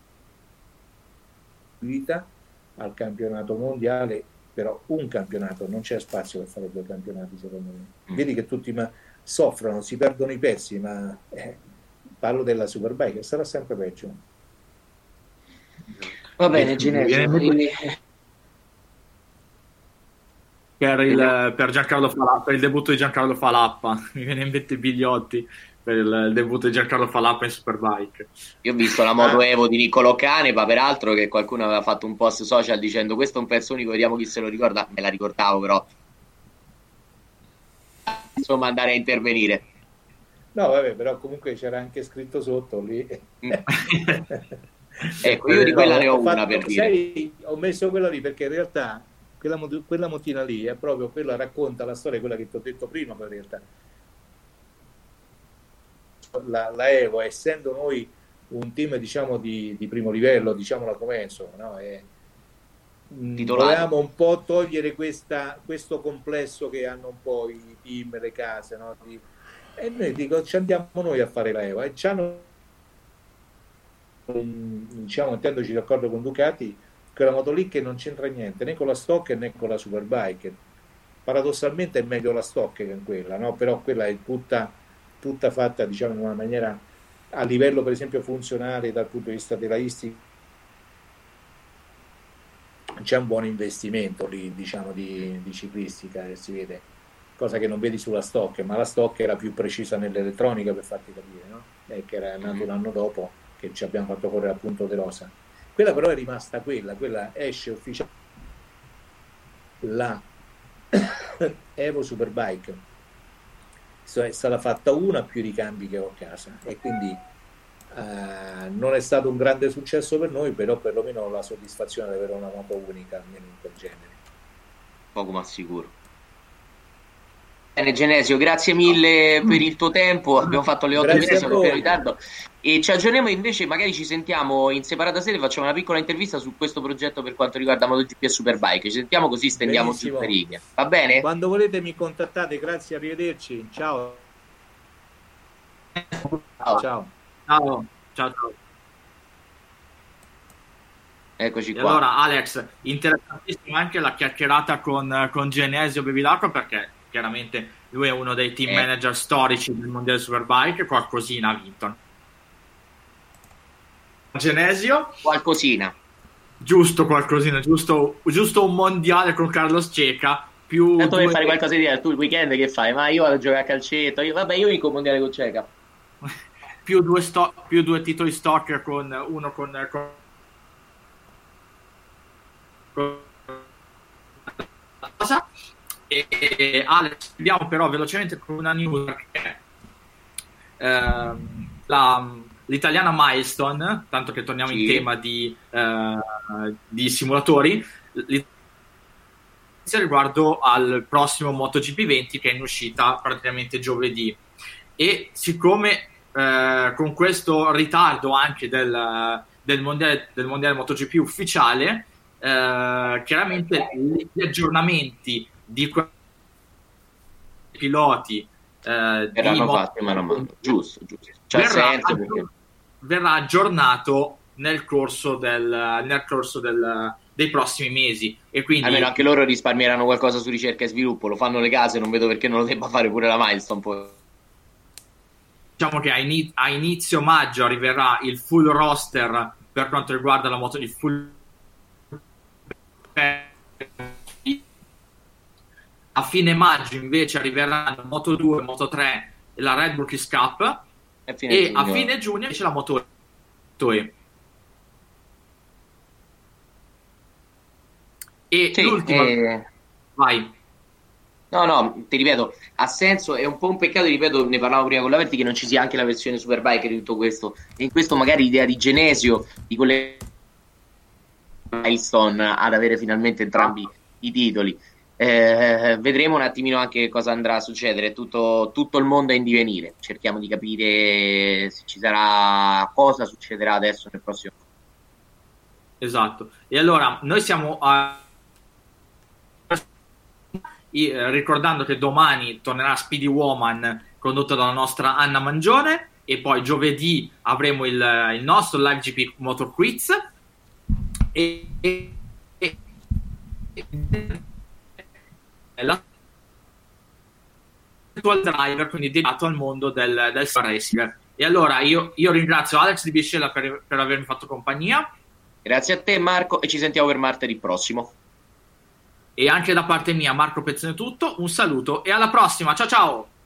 tecnica al campionato mondiale. Però un campionato, non c'è spazio per fare due campionati, secondo me. Mm. Vedi che tutti ma soffrono, si perdono i pezzi, ma eh, parlo della Superbike, sarà sempre peggio.
Va bene, Genesio. Quindi...
Per, il, per, Giancarlo Falappa, per il debutto di Giancarlo Falappa, mi viene in mente Bigliotti per il, il debutto di Giancarlo Falappa in Superbike.
Io ho visto la moto Evo di Niccolò Canepa, peraltro, che qualcuno aveva fatto un post social dicendo questo è un pezzo unico, vediamo chi se lo ricorda. Me la ricordavo, però insomma andare a intervenire.
No vabbè, però comunque c'era anche scritto sotto lì.
Ecco, io di quella no, ne ho, ho una fatto, per dire
sai, ho messo quella lì perché in realtà quella, quella motina lì è proprio quella, racconta la storia, quella che ti ho detto prima, in realtà La, la Evo, essendo noi un team diciamo di, di primo livello, diciamola come insomma, no? E, mh, volevamo un po' togliere questa, questo complesso che hanno un po' i team, le case, no? Di, e noi dico ci andiamo noi a fare la Evo e ci hanno, diciamo, intendoci d'accordo con Ducati, quella moto lì che non c'entra niente né con la stock né con la Superbike. Paradossalmente è meglio la stock che quella, no? Però quella è tutta tutta fatta diciamo in una maniera a livello per esempio funzionale dal punto di vista telaistico, c'è un buon investimento lì diciamo di, di ciclistica che si vede, cosa che non vedi sulla stock, ma la stock era più precisa nell'elettronica, per farti capire, no? E che era nato un anno dopo che ci abbiamo fatto correre al punto de Rosa. Quella però è rimasta quella, quella esce ufficiale la Evo Superbike, è stata fatta una più ricambi che ho a casa e quindi eh, non è stato un grande successo per noi, però perlomeno ho la soddisfazione di avere una moto unica almeno in quel genere.
Poco ma sicuro. Bene Genesio, grazie mille per il tuo tempo, abbiamo fatto le otto minuti, siamo in ritardo e ci aggiorniamo, invece magari ci sentiamo in separata sede, facciamo una piccola intervista su questo progetto per quanto riguarda MotoGP e Superbike, ci sentiamo così stendiamo più per righe, va bene?
Quando volete mi contattate, grazie, arrivederci, ciao.
Ciao.
Ciao. Ciao. Ciao, ciao.
Eccoci
e
qua.
Allora Alex, interessantissima anche la chiacchierata con, con Genesio Bevilacqua, perché chiaramente lui è uno dei team eh. manager storici del mondiale Superbike, qualcosina ha vinto. Genesio?
Qualcosina.
Giusto qualcosina, giusto, giusto un mondiale con Carlos Ceca. Più
tanto
due...
per fare qualcosa di diverso, tu il weekend che fai? Ma io vado a giocare a calcetto, io, vabbè io vinco un mondiale con Ceca.
più, due sto... più due titoli stock con uno con... con... con... E, e Alex, andiamo però velocemente con una news perché ehm, la, l'italiana Milestone, tanto che torniamo sì. in tema di, eh, di simulatori, riguardo al prossimo MotoGP venti che è in uscita praticamente giovedì, e siccome eh, con questo ritardo anche del, del, mondiale, del mondiale MotoGP ufficiale, eh, chiaramente gli aggiornamenti di quei piloti eh,
verranno fatti mano a mano, giusto, giusto. C'è
verrà,
senso perché...
verrà aggiornato nel corso del nel corso del, dei prossimi mesi, e quindi
almeno anche loro risparmieranno qualcosa su ricerca e sviluppo, lo fanno le case, non vedo perché non lo debba fare pure la Milestone poi.
Diciamo che a, ini- a inizio maggio arriverà il full roster per quanto riguarda la moto, il full A fine maggio invece arriveranno Moto due, Moto tre e la Red Bull Kiss Cup,
e, fine
e
giugno.
a fine giugno invece la Moto E. E
sì,
l'ultima...
eh...
Vai.
No, no, ti ripeto, ha senso, è un po' un peccato, ripeto, ne parlavo prima con Laverti, che non ci sia anche la versione Superbike di tutto questo, e in questo magari l'idea di Genesio, di quelle milestone ad avere finalmente entrambi i titoli. Eh, vedremo un attimino anche cosa andrà a succedere, tutto, tutto il mondo è in divenire, cerchiamo di capire se ci sarà, cosa succederà adesso nel prossimo.
Esatto, e allora noi siamo a... ricordando che domani tornerà Speedy Woman condotto dalla nostra Anna Mangione, e poi giovedì avremo il, il nostro Live G P Motor Quiz e, e, e, e la virtual driver, quindi dedicato al mondo del, del racing. E allora io, io ringrazio Alex Di Biscella per, per avermi fatto compagnia.
Grazie a te Marco, e ci sentiamo per martedì prossimo.
E anche da parte mia, Marco Pezzone, tutto, un saluto e alla prossima, ciao ciao!